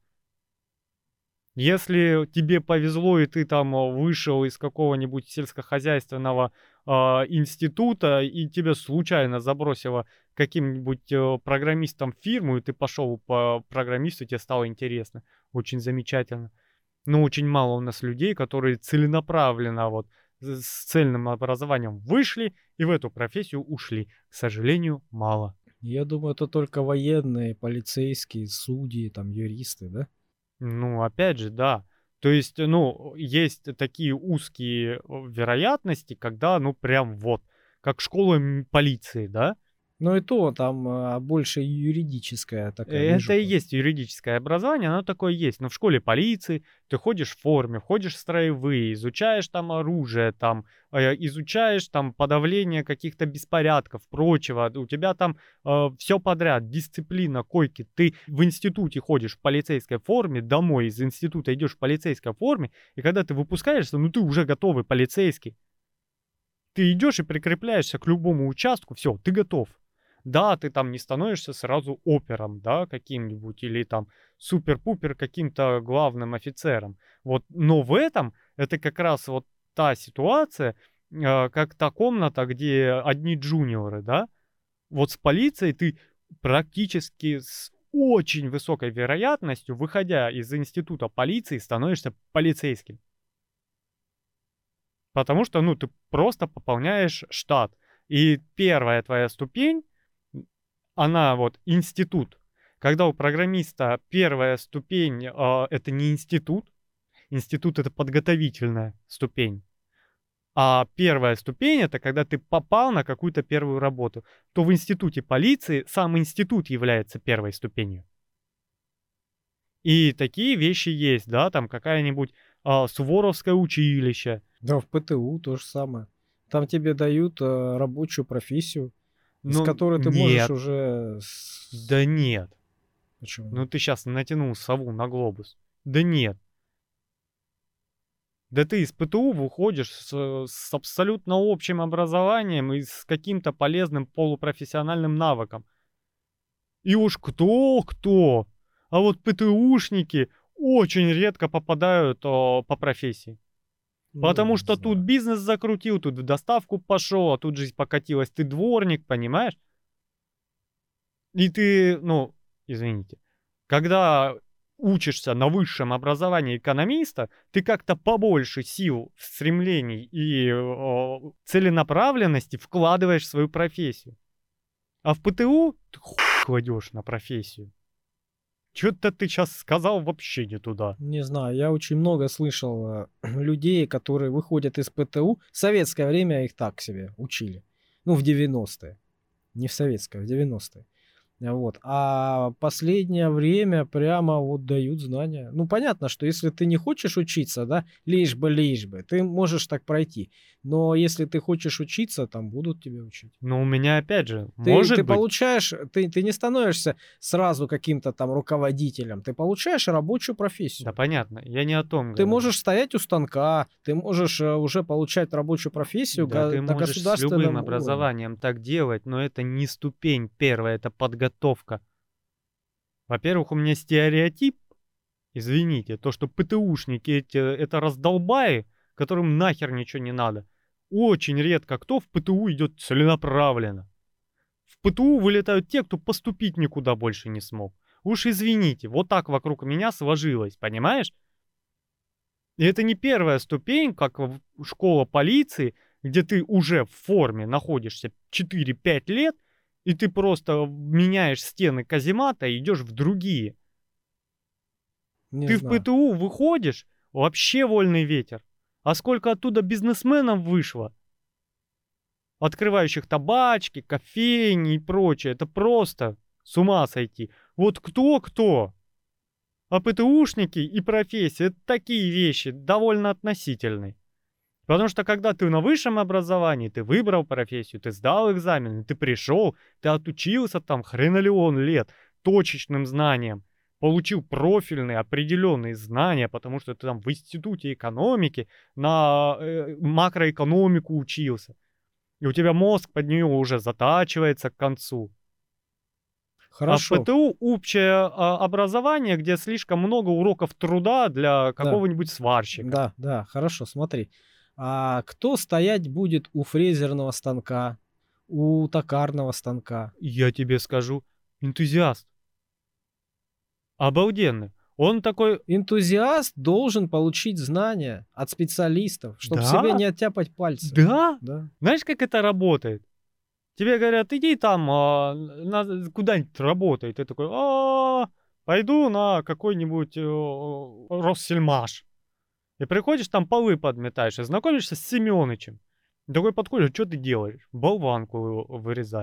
Если тебе повезло, и ты там вышел из какого-нибудь сельскохозяйственного института, и тебя случайно забросило каким-нибудь программистом в фирму, и ты пошел по программисту, тебе стало интересно. Очень замечательно. Но очень мало у нас людей, которые целенаправленно вот с цельным образованием вышли и в эту профессию ушли. К сожалению, мало. Я думаю, это только военные, полицейские, судьи, там, юристы, да? Ну, опять же, да. То есть, ну, есть такие узкие вероятности, когда, ну, прям вот, как школа полиции, да? Но и то там больше юридическая такая Это и движуха. есть юридическое образование, оно такое есть. Но в школе полиции ты ходишь в форме, входишь в строевые, изучаешь там оружие, там, изучаешь там подавление каких-то беспорядков, прочего. У тебя там все подряд, дисциплина, койки. Ты в институте ходишь в полицейской форме, домой из института идешь в полицейской форме, и когда ты выпускаешься, ну ты уже готовый полицейский. Ты идешь и прикрепляешься к любому участку, все, ты готов. Да, ты там не становишься сразу опером, да, каким-нибудь, или там супер-пупер каким-то главным офицером. Вот, но в этом это как раз вот та ситуация, как та комната, где одни джуниоры, да. Вот с полицией ты практически с очень высокой вероятностью, выходя из института полиции, становишься полицейским. Потому что, ну, ты просто пополняешь штат. И первая твоя ступень, она вот институт. Когда у программиста первая ступень, это не институт. Институт это подготовительная ступень. А первая ступень это когда ты попал на какую-то первую работу. То в институте полиции сам институт является первой ступенью. И такие вещи есть, да, там какая-нибудь Суворовское училище. Да, в ПТУ то же самое. Там тебе дают рабочую профессию, с Ну, которой ты можешь нет, уже... да нет. Почему Ну нет? ты сейчас натянул сову на глобус. Да нет. Да ты из ПТУ выходишь с абсолютно общим образованием и с каким-то полезным полупрофессиональным навыком. И уж кто-кто, а вот ПТУшники очень редко попадают по профессии. Ну, Потому не что тут знаю. бизнес закрутил, тут в доставку пошел, а тут жизнь покатилась. Ты дворник, понимаешь? И ты, ну, извините, когда учишься на высшем образовании экономиста, ты как-то побольше сил, стремлений и целенаправленности вкладываешь в свою профессию. А в ПТУ ты хуй кладешь на профессию. Что-то ты сейчас сказал вообще не туда. Не знаю, я очень много слышал людей, которые выходят из ПТУ. В советское время их так себе учили. Ну, в 90-е. Не в советское, в 90-е. Вот. А последнее время прямо вот дают знания. Ну, понятно, что если ты не хочешь учиться, да, лишь бы, ты можешь так пройти. Но если ты хочешь учиться, там будут тебя учить. Но у меня опять же, Ты может быть, получаешь, ты не становишься сразу каким-то там руководителем, ты получаешь рабочую да профессию. понятно, я не о том Ты говорю. можешь стоять у станка, ты можешь уже получать рабочую профессию Да, ты на можешь с любым государственном уровне. образованием так делать, но это не ступень первая, это подготовка. Во-первых, у меня стереотип, извините, то, что ПТУшники это раздолбаи, которым нахер ничего не надо. Очень редко кто в ПТУ идет целенаправленно. В ПТУ вылетают те, кто поступить никуда больше не смог. Уж извините, вот так вокруг меня сложилось, понимаешь? И это не первая ступень, как школа полиции, где ты уже в форме находишься 4-5 лет, и ты просто меняешь стены каземата и идешь в другие. Не Ты в знаю. ПТУ выходишь, вообще вольный ветер. А сколько оттуда бизнесменов вышло, открывающих табачки, кофейни и прочее, это просто с ума сойти. Вот кто-кто, а ПТУшники и профессии — это такие вещи довольно относительные. Потому что когда ты на высшем образовании, ты выбрал профессию, ты сдал экзамены, ты пришел, ты отучился там хренолеон лет точечным знаниям, получил профильные определенные знания, потому что ты там в институте экономики на макроэкономику учился. И у тебя мозг под нее уже затачивается к концу. А в Хорошо. ПТУ общее образование, где слишком много уроков труда для Да. какого-нибудь сварщика. Да, да, хорошо, смотри. А кто стоять будет у фрезерного станка, у токарного станка? Я тебе скажу, энтузиаст. Обалденный. Он такой, Энтузиаст должен получить знания от специалистов, чтобы себе да, не оттяпать пальцы. да. Да. Знаешь, как это работает? Тебе говорят, иди там куда-нибудь работай. Ты такой, пойду на какой-нибудь Россельмаш. И приходишь, там полы подметаешь, и знакомишься с Семёнычем. И такой подходишь, что ты делаешь? Болванку вырезаю.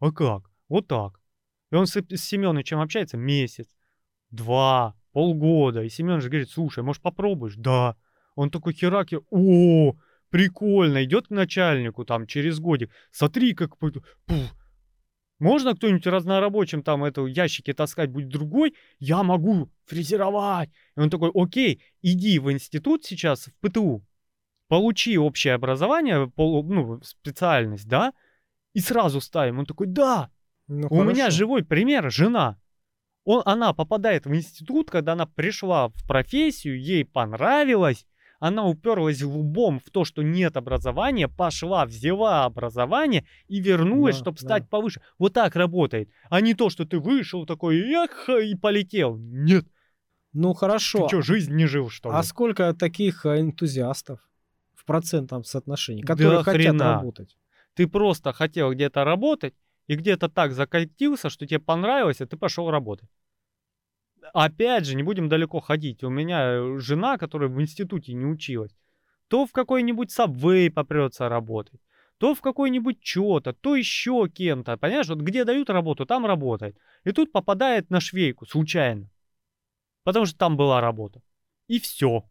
А как? Вот так. И он с Семёнычем общается месяц, 2, полгода. И Семёныч говорит: слушай, может, попробуешь? Да. Он такой херак, о, прикольно. Идет к начальнику там через годик. Смотри, как можно кто-нибудь разнорабочим там ящики таскать будет другой? Я могу фрезеровать. И он такой: окей, иди в институт сейчас, в ПТУ, получи общее образование, специальность, да, и сразу ставим. Он такой: да, Ну, у меня хорошо. живой пример, жена. Она попадает в институт, когда она пришла в профессию, ей понравилось, она уперлась лбом в то, что нет образования, пошла, взяла образование и вернулась, Да, чтобы да. стать повыше. Вот так работает. А не то, что ты вышел такой, эх, и полетел. Нет. Ну, Ты хорошо. что, жизнь не жил, что А ли? сколько таких энтузиастов в процентном соотношении, которые Да хотят хрена. работать? Ты просто хотел где-то работать и где-то так закатился, что тебе понравилось, и ты пошел работать. Опять же, не будем далеко ходить. У меня жена, которая в институте не училась, то в какой-нибудь Subway попрется работать, то в какой-нибудь чё-то, то еще кем-то. Понимаешь, вот где дают работу, там работает. И тут попадает на швейку случайно. Потому что там была работа. И все.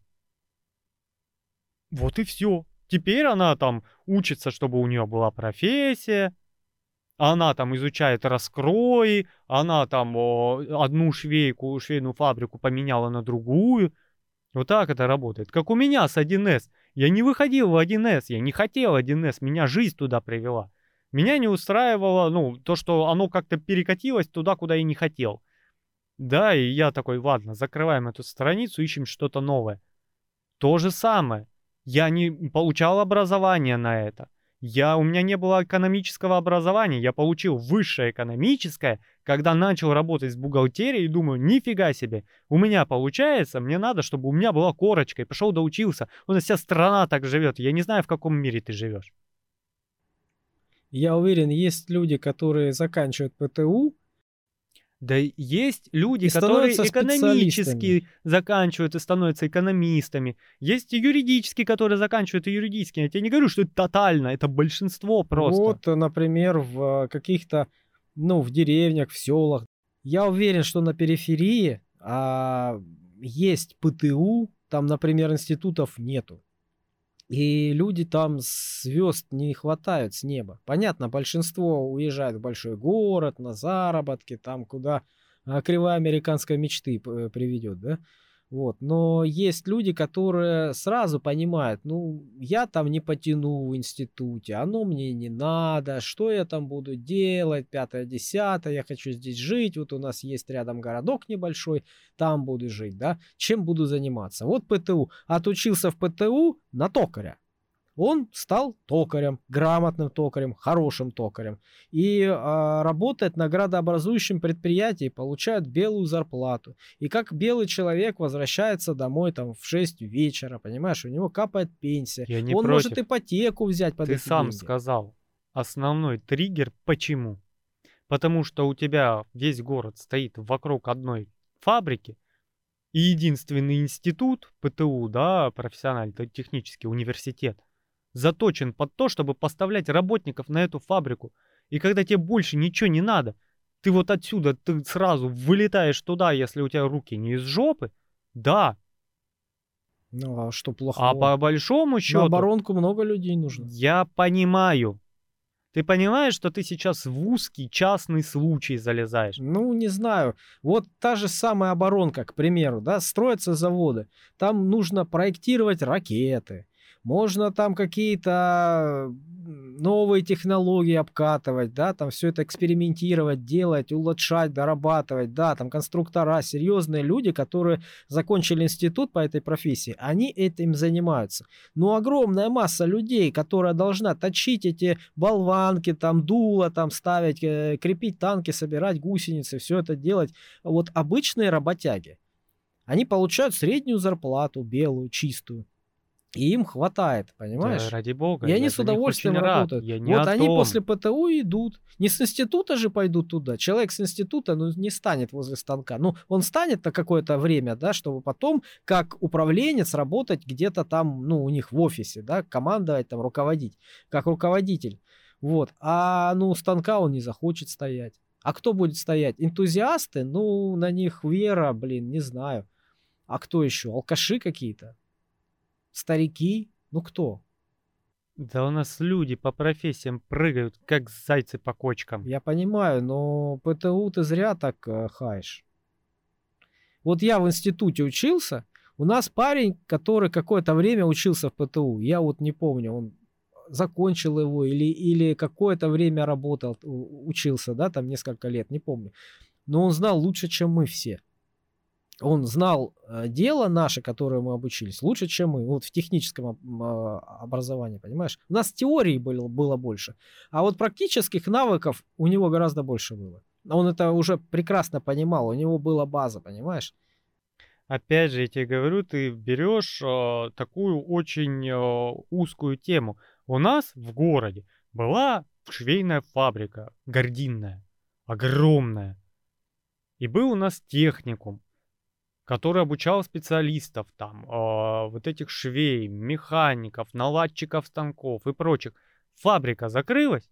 Вот и все. Теперь она там учится, чтобы у нее была профессия. Она там изучает раскрои, она там одну швейную фабрику поменяла на другую. Вот так это работает. Как у меня с 1С. Я не выходил в 1С, я не хотел 1С, меня жизнь туда привела. Меня не устраивало, то, что оно как-то перекатилось туда, куда я не хотел. Да, и я такой: ладно, закрываем эту страницу, ищем что-то новое. То же самое. Я не получал образование на это. У меня не было экономического образования. Я получил высшее экономическое, когда начал работать с бухгалтерией, и думаю: нифига себе, у меня получается, мне надо, чтобы у меня была корочка. И пошел доучился. У нас вся страна так живет. Я не знаю, в каком мире ты живешь. Я уверен, есть люди, которые заканчивают ПТУ Да есть люди, и становятся которые специалистами. экономически заканчивают и становятся экономистами. Есть и юридические, которые заканчивают и юридические. Я тебе не говорю, что это тотально, это большинство просто. Вот, например, в каких-то, в деревнях, в селах. Я уверен, что на периферии есть ПТУ, там, например, институтов нету. И люди там звезд не хватают с неба. Понятно, большинство уезжает в большой город на заработки, там, куда кривая американской мечты приведет, да? Вот. Но есть люди, которые сразу понимают: я там не потяну в институте, оно мне не надо, что я там буду делать, пятое, десятое, я хочу здесь жить, вот у нас есть рядом городок небольшой, там буду жить, да, чем буду заниматься? Вот ПТУ. Отучился в ПТУ на токаря. Он стал токарем, грамотным токарем, хорошим токарем. И работает на градообразующем предприятии, получает белую зарплату. И как белый человек возвращается домой там в 6 вечера, понимаешь, у него капает пенсия. Я не Он может против. ипотеку взять под Ты эти сам деньги. сказал. Основной триггер почему? Потому что у тебя весь город стоит вокруг одной фабрики, и единственный институт, ПТУ, да, профессиональный технический университет, заточен под то, чтобы поставлять работников на эту фабрику. И когда тебе больше ничего не надо, ты вот отсюда, ты сразу вылетаешь туда, если у тебя руки не из жопы, да. Ну а что А плохого? по большому На счету, оборонку много людей нужно. я понимаю. Ты понимаешь, что ты сейчас в узкий частный случай залезаешь? Не знаю. Вот та же самая оборонка, к примеру, да, строятся заводы. Там нужно проектировать ракеты. Можно там какие-то новые технологии обкатывать, да, там все это экспериментировать, делать, улучшать, дорабатывать, да, там конструктора, серьезные люди, которые закончили институт по этой профессии, они этим занимаются. Но огромная масса людей, которая должна точить эти болванки, там дула, там ставить, крепить танки, собирать гусеницы, все это делать, вот обычные работяги, они получают среднюю зарплату, белую, чистую. И им хватает, Да понимаешь? ради бога, И они я с за них очень удовольствием рад. работают. Я не Вот о они после том. ПТУ идут. Не с института же пойдут туда. Человек с института, не станет возле станка. Он станет на какое-то время, да, чтобы потом, как управленец, работать где-то там, у них в офисе, да, командовать, там, руководить, как руководитель. Вот. А ну, у станка он не захочет стоять. А кто будет стоять? Энтузиасты? Ну, на них вера, блин, не знаю. А кто еще? Алкаши какие-то? Старики? Ну кто? Да у нас люди по профессиям прыгают, как зайцы по кочкам. Я понимаю, но ПТУ ты зря так хаешь. Вот я в институте учился, у нас парень, который какое-то время учился в ПТУ, я вот не помню, он закончил его или какое-то время работал, учился, да, там несколько лет, не помню. Но он знал лучше, чем мы все. Он знал дело наше, которое мы обучились, лучше, чем мы. Вот в техническом образовании, понимаешь? У нас теории было больше, а вот практических навыков у него гораздо больше было. Он это уже прекрасно понимал, у него была база, понимаешь? Опять же, я тебе говорю, ты берешь такую очень узкую тему. У нас в городе была швейная фабрика, гординная, огромная. И был у нас техникум, который обучал специалистов там, вот этих швей, механиков, наладчиков станков и прочих. Фабрика закрылась,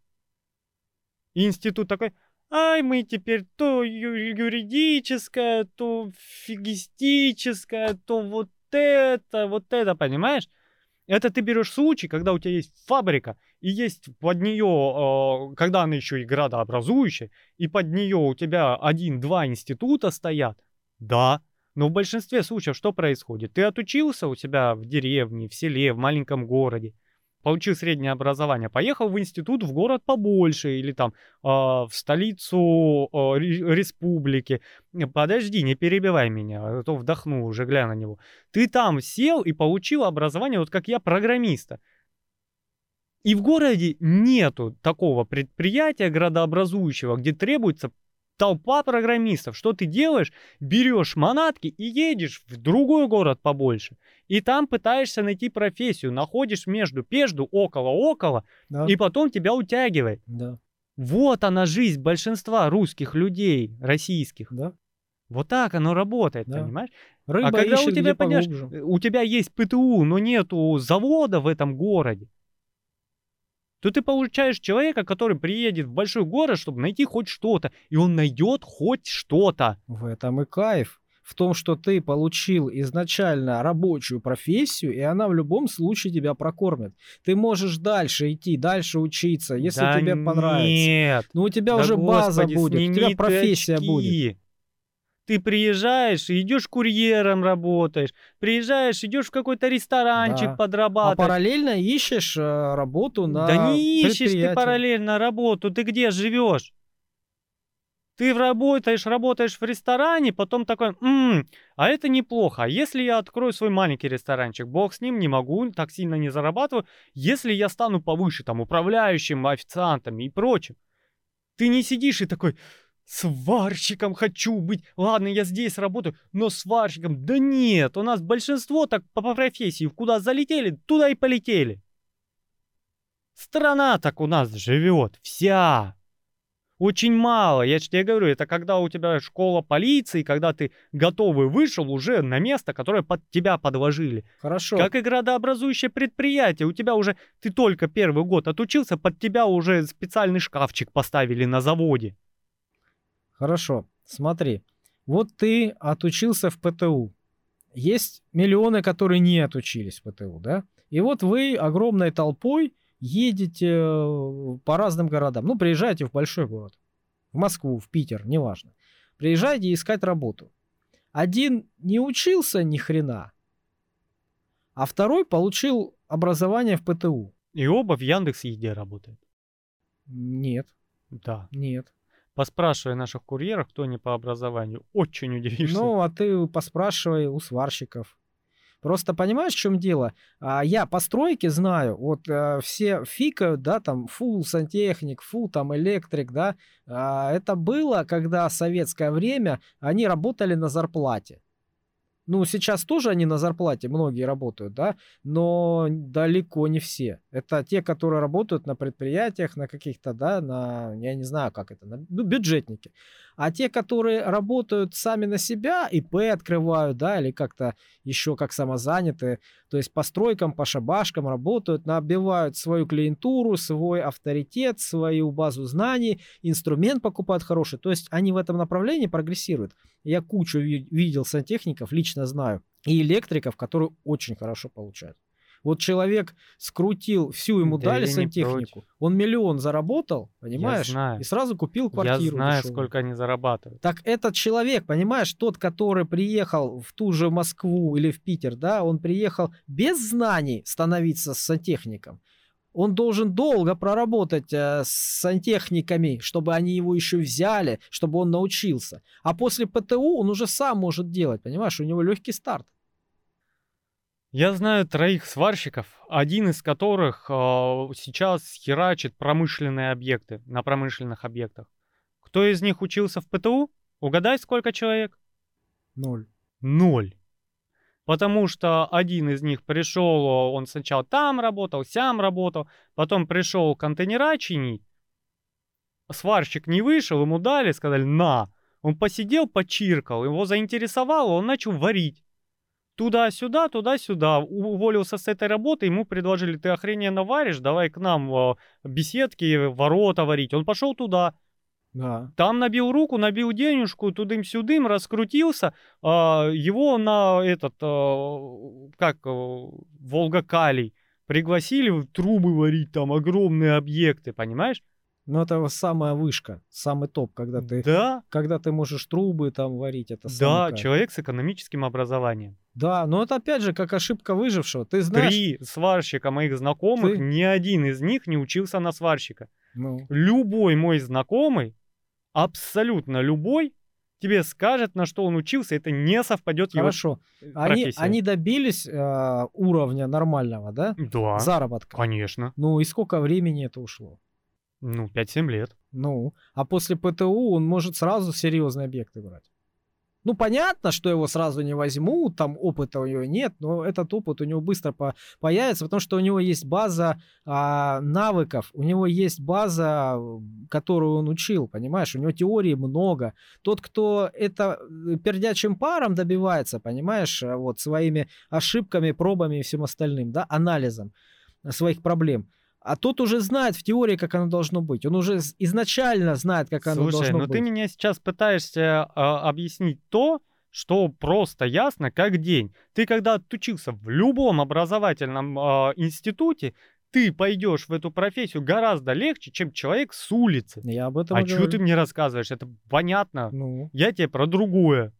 и институт такой: ай, мы теперь то юридическое, то фигистическое, то вот это, понимаешь? Это ты берешь случай, когда у тебя есть фабрика, и есть под нее, когда она еще и градообразующая, и под нее у тебя 1-2 института стоят. Да, но в большинстве случаев что происходит? Ты отучился у себя в деревне, в селе, в маленьком городе, получил среднее образование, поехал в институт в город побольше или там в столицу республики. Подожди, не перебивай меня, а то вдохну уже, глянь на него. Ты там сел и получил образование, вот как я, программиста. И в городе нету такого предприятия градообразующего, где требуется толпа программистов. Что ты делаешь? Берешь манатки и едешь в другой город побольше. И там пытаешься найти профессию. Находишь между около, Да, и потом тебя утягивает. да, Вот она жизнь большинства русских людей, российских. да, Вот так оно работает, да. понимаешь? А Рыба когда у ищет тебя, где понимаешь, поглубже. у тебя есть ПТУ, но нету завода в этом городе, то ты получаешь человека, который приедет в большой город, чтобы найти хоть что-то, и он найдет хоть что-то. В этом и кайф. В том, что ты получил изначально рабочую профессию, и она в любом случае тебя прокормит. Ты можешь дальше идти, дальше учиться, если Да тебе понравится. нет, Но у тебя да уже база господи, будет, у тебя сними ты профессия будет. очки. Ты приезжаешь, и идешь курьером работаешь, приезжаешь, идешь в какой-то ресторанчик Да. А подрабатывать. параллельно ищешь работу Да на не ищешь ты предприятии. параллельно работу, ты где живешь? Ты работаешь в ресторане, потом такой: а это неплохо. А если я открою свой маленький ресторанчик? Бог с ним, не могу, так сильно не зарабатываю. Если я стану повыше, там, управляющим, официантом и прочим. Ты не сидишь и такой: сварщиком хочу быть. Ладно, я здесь работаю, но сварщиком. Да нет, у нас большинство так по профессии. Куда залетели, туда и полетели. Страна так у нас живет, вся. Очень мало, я же тебе говорю, это когда у тебя школа полиции, когда ты готовый вышел уже на место, которое под тебя подложили. Хорошо. Как и градообразующее предприятие, у тебя уже, ты только первый год отучился, под тебя уже специальный шкафчик поставили на заводе. Хорошо. Смотри. Вот ты отучился в ПТУ. Есть миллионы, которые не отучились в ПТУ, да? И вот вы огромной толпой едете по разным городам. Ну, приезжаете в большой город. В Москву, в Питер, неважно. Приезжаете искать работу. Один не учился ни хрена, а второй получил образование в ПТУ. И оба в Яндекс.Еде работают. Нет, Да. нет. Поспрашивай наших курьеров, кто они по образованию. Очень удивишься. Ну, а ты поспрашивай у сварщиков. Просто понимаешь, в чем дело? Я по стройке знаю, вот все фикают, да, там, фул сантехник, фул там электрик, да. Это было, когда в советское время они работали на зарплате. Ну, сейчас тоже они на зарплате, многие работают, да, но далеко не все. Это те, которые работают на предприятиях, на каких-то, да, я не знаю, как это, ну, бюджетники. А те, которые работают сами на себя, ИП открывают, да, или как-то еще как самозанятые, то есть по стройкам, по шабашкам работают, набивают свою клиентуру, свой авторитет, свою базу знаний, инструмент покупают хороший. То есть они в этом направлении прогрессируют. Я кучу видел сантехников, лично знаю, и электриков, которые очень хорошо получают. Вот человек скрутил, всю ему Да дали я не сантехнику, против. он миллион заработал, Я понимаешь, и знаю. сразу купил Я квартиру знаю, дешевую. сколько они зарабатывают. Так этот человек, понимаешь, тот, который приехал в ту же Москву или в Питер, да, он приехал без знаний становиться сантехником. Он должен долго проработать с сантехниками, чтобы они его еще взяли, чтобы он научился. А после ПТУ он уже сам может делать, понимаешь, у него легкий старт. Я знаю 3 сварщиков, один из которых сейчас херачит промышленные объекты, на промышленных объектах. Кто из них учился в ПТУ? Угадай, сколько человек? 0. 0. Потому что один из них пришел, он сначала там работал, сям работал, потом пришел контейнера чинить, сварщик не вышел, ему дали, сказали «на». Он посидел, почиркал, его заинтересовало, он начал варить. Туда-сюда, туда-сюда. Уволился с этой работы, ему предложили, ты охрененно варишь, давай к нам беседки, ворота варить. Он пошел туда. Да. Там набил руку, набил денежку, тудым-сюдым, раскрутился. Его на Волга-Калий пригласили трубы варить, там огромные объекты, понимаешь? Ну, это самая вышка, самый топ, Да, когда ты можешь трубы там варить, это самый да, кайф. человек с экономическим образованием. Да, но это опять же как ошибка выжившего. Ты знаешь, 3 сварщика моих знакомых, ты... ни один из них не учился на сварщика. Ну, Любой мой знакомый, абсолютно любой, тебе скажет, на что он учился, это не совпадет его хорошо. профессия. Они добились уровня нормального, да? Да, Заработка. конечно. Ну, и сколько времени это ушло? 5-7 лет. Ну, а после ПТУ он может сразу серьезные объекты брать. Ну, понятно, что его сразу не возьмут, там опыта у него нет, но этот опыт у него быстро появится, потому что у него есть база навыков, у него есть база, которую он учил, понимаешь, у него теории много. Тот, кто это пердячим паром добивается, понимаешь, вот своими ошибками, пробами и всем остальным, да, анализом своих проблем. А тот уже знает в теории, как оно должно быть. Он уже изначально знает, как оно Слушай, должно ну быть. ты меня сейчас пытаешься объяснить то, что просто ясно как день. Ты когда отучился в любом образовательном институте, ты пойдешь в эту профессию гораздо легче, чем человек с улицы. Я об этом А и что говорю. ты мне рассказываешь? Это понятно. Ну, Я тебе про другое.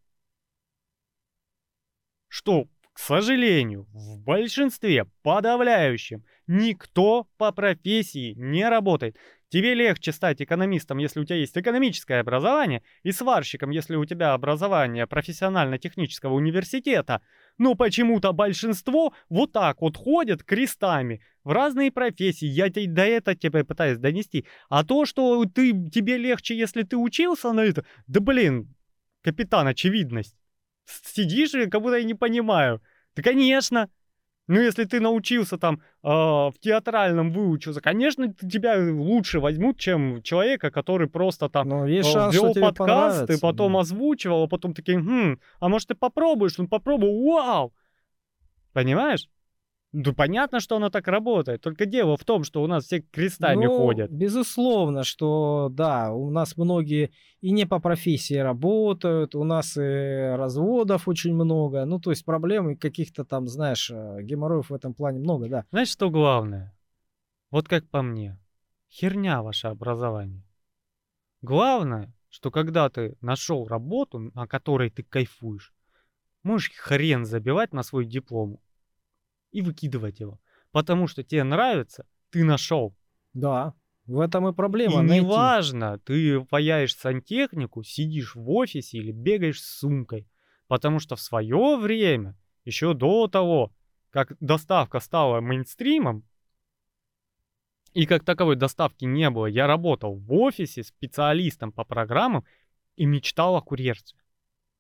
Что, к сожалению, в большинстве подавляющем никто по профессии не работает. Тебе легче стать экономистом, если у тебя есть экономическое образование, и сварщиком, если у тебя образование профессионально-технического университета. Но почему-то большинство вот так вот ходят крестами в разные профессии. Я до этого тебе пытаюсь донести. А то, что тебе легче, если ты учился на это, да блин, капитан, очевидность. Сидишь и как будто я не понимаю. Да, конечно. Ну, если ты научился там в театральном выучился, конечно, тебя лучше возьмут, чем человека, который просто там но есть шанс, вел что тебе подкасты, понравится. потом Да. озвучивал, а потом такие, а может ты попробуешь? Он попробовал, вау! Понимаешь? Да понятно, что оно так работает. Только дело в том, что у нас все крестами Ну, ходят. безусловно, что да, у нас многие и не по профессии работают, у нас и разводов очень много, ну, то есть проблем и каких-то там, знаешь, геморроев в этом плане много, да. Знаешь, что главное? Вот как по мне. Херня ваше образование. Главное, что когда ты нашел работу, на которой ты кайфуешь, можешь хрен забивать на свой диплом и выкидывать его. Потому что тебе нравится, ты нашел. Да, в этом и И проблема найти. неважно, ты паяешь сантехнику, сидишь в офисе или бегаешь с сумкой. Потому что в свое время, еще до того, как доставка стала мейнстримом, и как таковой доставки не было, я работал в офисе специалистом по программам и мечтал о курьерстве.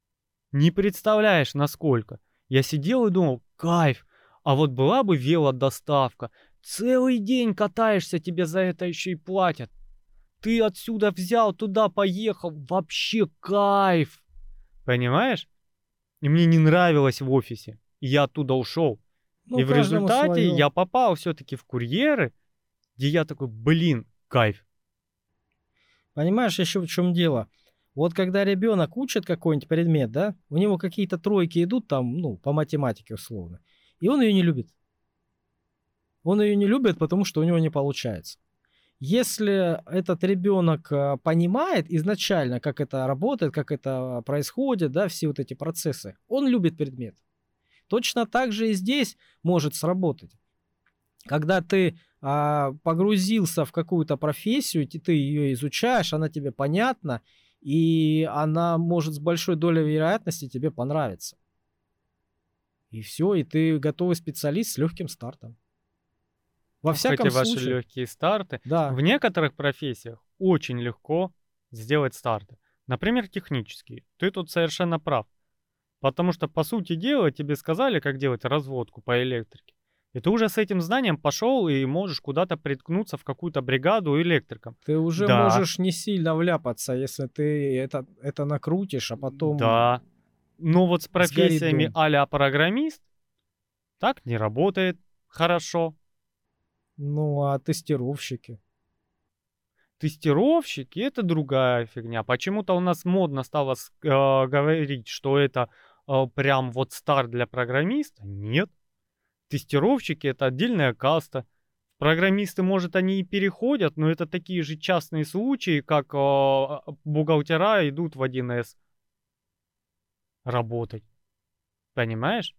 Не представляешь, насколько. Я сидел и думал, кайф, а вот была бы велодоставка. Целый день катаешься, тебе за это еще и платят. Ты отсюда взял, туда поехал, вообще кайф. Понимаешь? И мне не нравилось в офисе. И я оттуда ушел. Ну, И в каждому результате свое. я попал все-таки в курьеры, где я такой, блин, кайф. Понимаешь, еще в чем дело? Вот когда ребенок учит какой-нибудь предмет, да, у него какие-то тройки идут там, ну, по математике условно, и он ее не любит. Он ее не любит, потому что у него не получается. Если этот ребенок понимает изначально, как это работает, как это происходит, да, все вот эти процессы, он любит предмет. Точно так же и здесь может сработать. Когда ты погрузился в какую-то профессию, ты ее изучаешь, она тебе понятна, и она может с большой долей вероятности тебе понравиться. И все, и ты готовый специалист с легким стартом. Во Ох, эти всяком ваши случае, легкие старты. да. В некоторых профессиях очень легко сделать старты. Например, технические. Ты тут совершенно прав. Потому что, по сути дела, тебе сказали, как делать разводку по электрике. И ты уже с этим знанием пошел и можешь куда-то приткнуться в какую-то бригаду электриком. Ты уже Да, можешь не сильно вляпаться, если ты это накрутишь, а потом да. Но вот с сгорит профессиями дом. а-ля программист так не работает хорошо. Ну, а тестировщики? Тестировщики — это другая фигня. Почему-то у нас модно стало говорить, что это прям вот старт для программиста. Нет. Тестировщики — это отдельная каста. Программисты, может, они и переходят, но это такие же частные случаи, как бухгалтера идут в 1С работать. Понимаешь?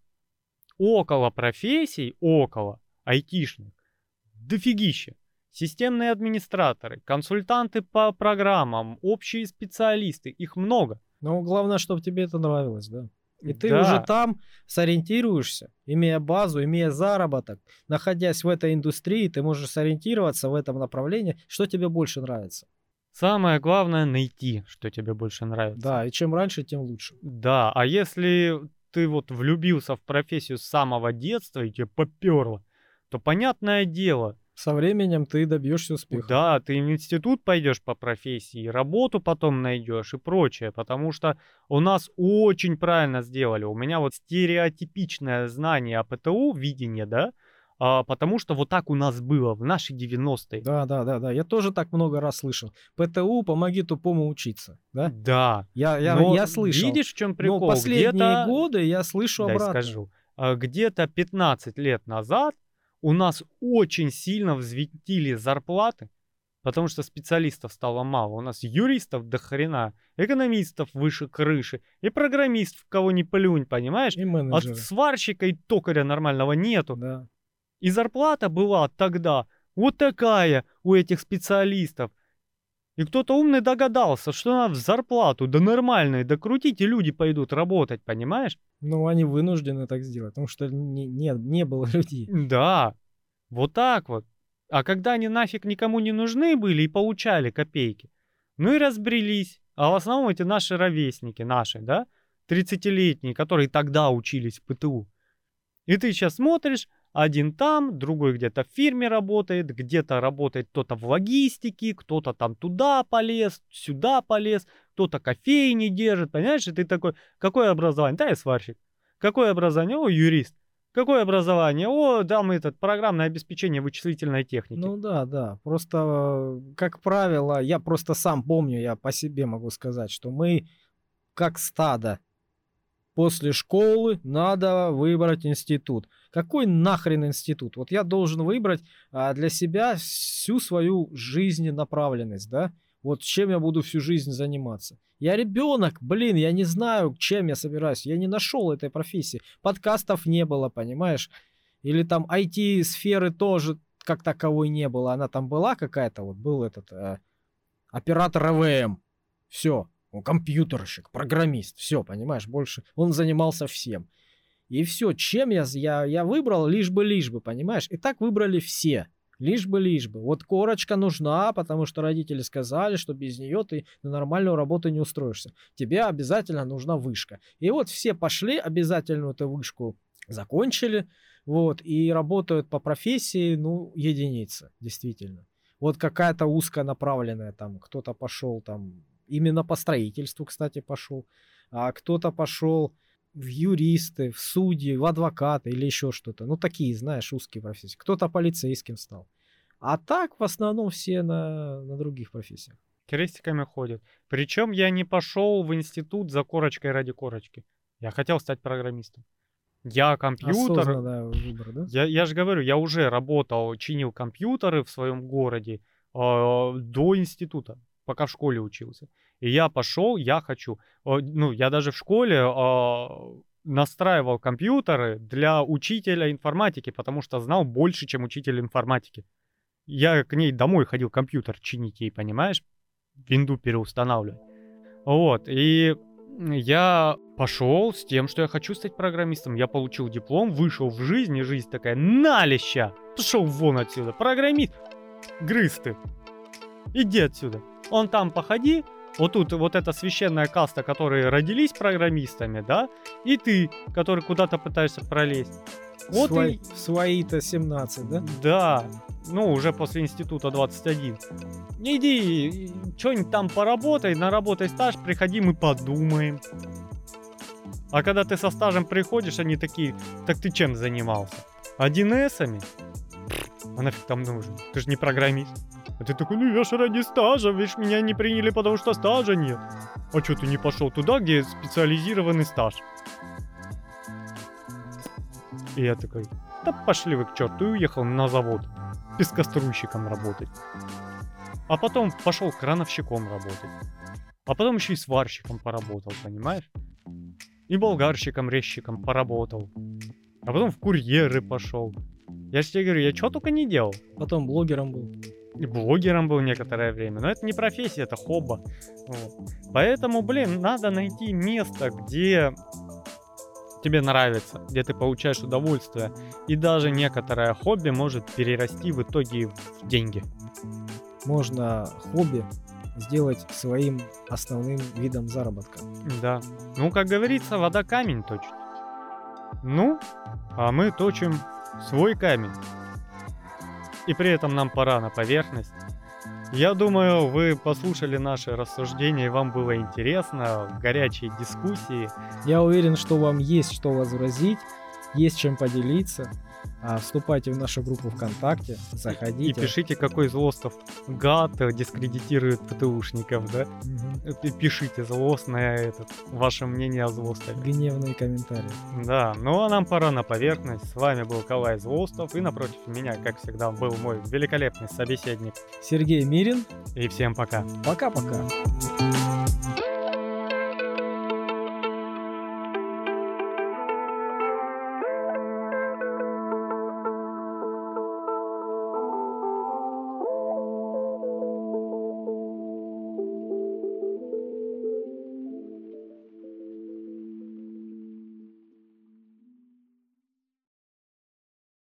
Около профессий, около айтишных, дофигища. Системные администраторы, консультанты по программам, общие специалисты, их много. Ну, главное, чтобы тебе это нравилось, да. И ты уже Да, там сориентируешься, имея базу, имея заработок, находясь в этой индустрии, ты можешь сориентироваться в этом направлении, что тебе больше нравится. самое главное найти, что тебе больше нравится. Да, и чем раньше, тем лучше. Да, а если ты вот влюбился в профессию с самого детства и тебе поперло, то понятное дело, Со временем ты добьешься успеха. да, ты в институт пойдешь по профессии, работу потом найдешь и прочее, потому что у нас очень правильно сделали. У меня вот стереотипичное знание о ПТУ, видение, да, потому что вот так у нас было в наши 90-е. Да, да, да, да. Я тоже так много раз слышал. ПТУ, помоги тупому учиться, да? Да, но Я слышал. видишь, в чем Но прикол? последние Где-то, годы я слышу дай обратное. скажу, где-то 15 лет назад у нас очень сильно взвинтили зарплаты, потому что специалистов стало мало. У нас юристов до хрена, экономистов выше крыши и программистов, кого ни плюнь, понимаешь? И От менеджеры. сварщика и токаря нормального нету. Да. И зарплата была тогда вот такая у этих специалистов. И кто-то умный догадался, что надо в зарплату, да нормальной, докрутить, и люди пойдут работать, понимаешь? Ну, они вынуждены так сделать, потому что не было людей. Да, вот так вот. А когда они нафиг никому не нужны были и получали копейки, ну и разбрелись. А в основном эти наши ровесники, наши, да, 30-летние, которые тогда учились в ПТУ. И ты сейчас смотришь, один там, другой где-то в фирме работает, где-то работает кто-то в логистике, кто-то там туда полез, сюда полез, кто-то кофейни держит, понимаешь? И ты такой, какое образование? Да, я сварщик. Какое образование? О, юрист. Какое образование? О, там этот программное обеспечение вычислительной техники. Ну да, да. Просто, как правило, я просто сам помню, я по себе могу сказать, что мы как стадо. После школы надо выбрать институт. Какой нахрен институт? Вот я должен выбрать для себя всю свою жизненаправленность, да? Вот чем я буду всю жизнь заниматься. Я ребенок, блин, я не знаю, чем я собираюсь. Я не нашел этой профессии. Подкастов не было, понимаешь? Или там IT-сферы тоже как таковой не было. Она там была какая-то, вот был этот оператор ЭВМ. Все. Он компьютерщик, программист, все, понимаешь, больше он занимался всем. И все, чем я выбрал, лишь бы, понимаешь? И так выбрали все. Лишь бы, лишь бы. Вот корочка нужна, потому что родители сказали, что без нее ты на нормальную работу не устроишься. Тебе обязательно нужна вышка. И вот все пошли, обязательную эту вышку закончили, вот, и работают по профессии, ну, единицы, действительно. Вот какая-то узконаправленная, там, кто-то пошел там, именно по строительству, кстати, пошел, а кто-то пошел в юристы, в судьи, в адвокаты или еще что-то. Ну, такие, знаешь, узкие профессии. Кто-то полицейским стал. А так, в основном, все на других профессиях. Крестиками ходят. Причем я не пошел в институт за корочкой ради корочки. Я хотел стать программистом. Я компьютер... Осознанный выбор, да? Я же говорю, я уже работал, чинил компьютеры в своем городе до института, пока в школе учился. И я пошел, я хочу. Ну, я даже в школе настраивал компьютеры для учителя информатики, потому что знал больше, чем учитель информатики. Я к ней домой ходил компьютер чинить ей, понимаешь? Винду переустанавливать. Вот, и я пошел с тем, что я хочу стать программистом. Я получил диплом, вышел в жизнь, и жизнь такая: налеща! Пошел вон отсюда, программист! Грыз ты! Иди отсюда! Он там походи, вот тут вот эта священная каста, которые родились программистами, да, и ты, который куда-то пытаешься пролезть. Вот В свои-то 17, да? Да, ну уже после института 21. Иди, что-нибудь там поработай, наработай стаж, приходи, мы подумаем. А когда ты со стажем приходишь, они такие: так ты чем занимался? 1С-ами? А нафиг там нужен? Ты же не программист. А ты такой: ну я же ради стажа, видишь, меня не приняли, потому что стажа нет. А что ты не пошел туда, где специализированный стаж? И я такой: да пошли вы к черту, и уехал на завод пескоструйщиком работать. А потом пошел крановщиком работать. А потом еще и сварщиком поработал, понимаешь? И болгарщиком, резчиком поработал. А потом в курьеры пошел. Я же тебе говорю, я что только не делал. Потом блогером был. И блогером был некоторое время. Но это не профессия, это хобби. Вот. Поэтому, надо найти место, где тебе нравится, где ты получаешь удовольствие. И даже некоторое хобби может перерасти в итоге в деньги. Можно хобби сделать своим основным видом заработка. Да. Ну, как говорится, вода камень точит. Ну, а мы точим свой камень. И при этом нам пора на поверхность. Я думаю, вы послушали наши рассуждения, и вам было интересно, горячие дискуссии. Я уверен, что вам есть что возразить, есть чем поделиться. Вступайте в нашу группу ВКонтакте, заходите. И пишите, какой Злостов гад дискредитирует ПТУшников, да? Угу. Пишите злостное ваше мнение о Злостове. Гневные комментарии. Да, ну а нам пора на поверхность. С вами был Калай Злостов, и напротив меня, как всегда, был мой великолепный собеседник Сергей Мирин. И всем пока. Пока-пока.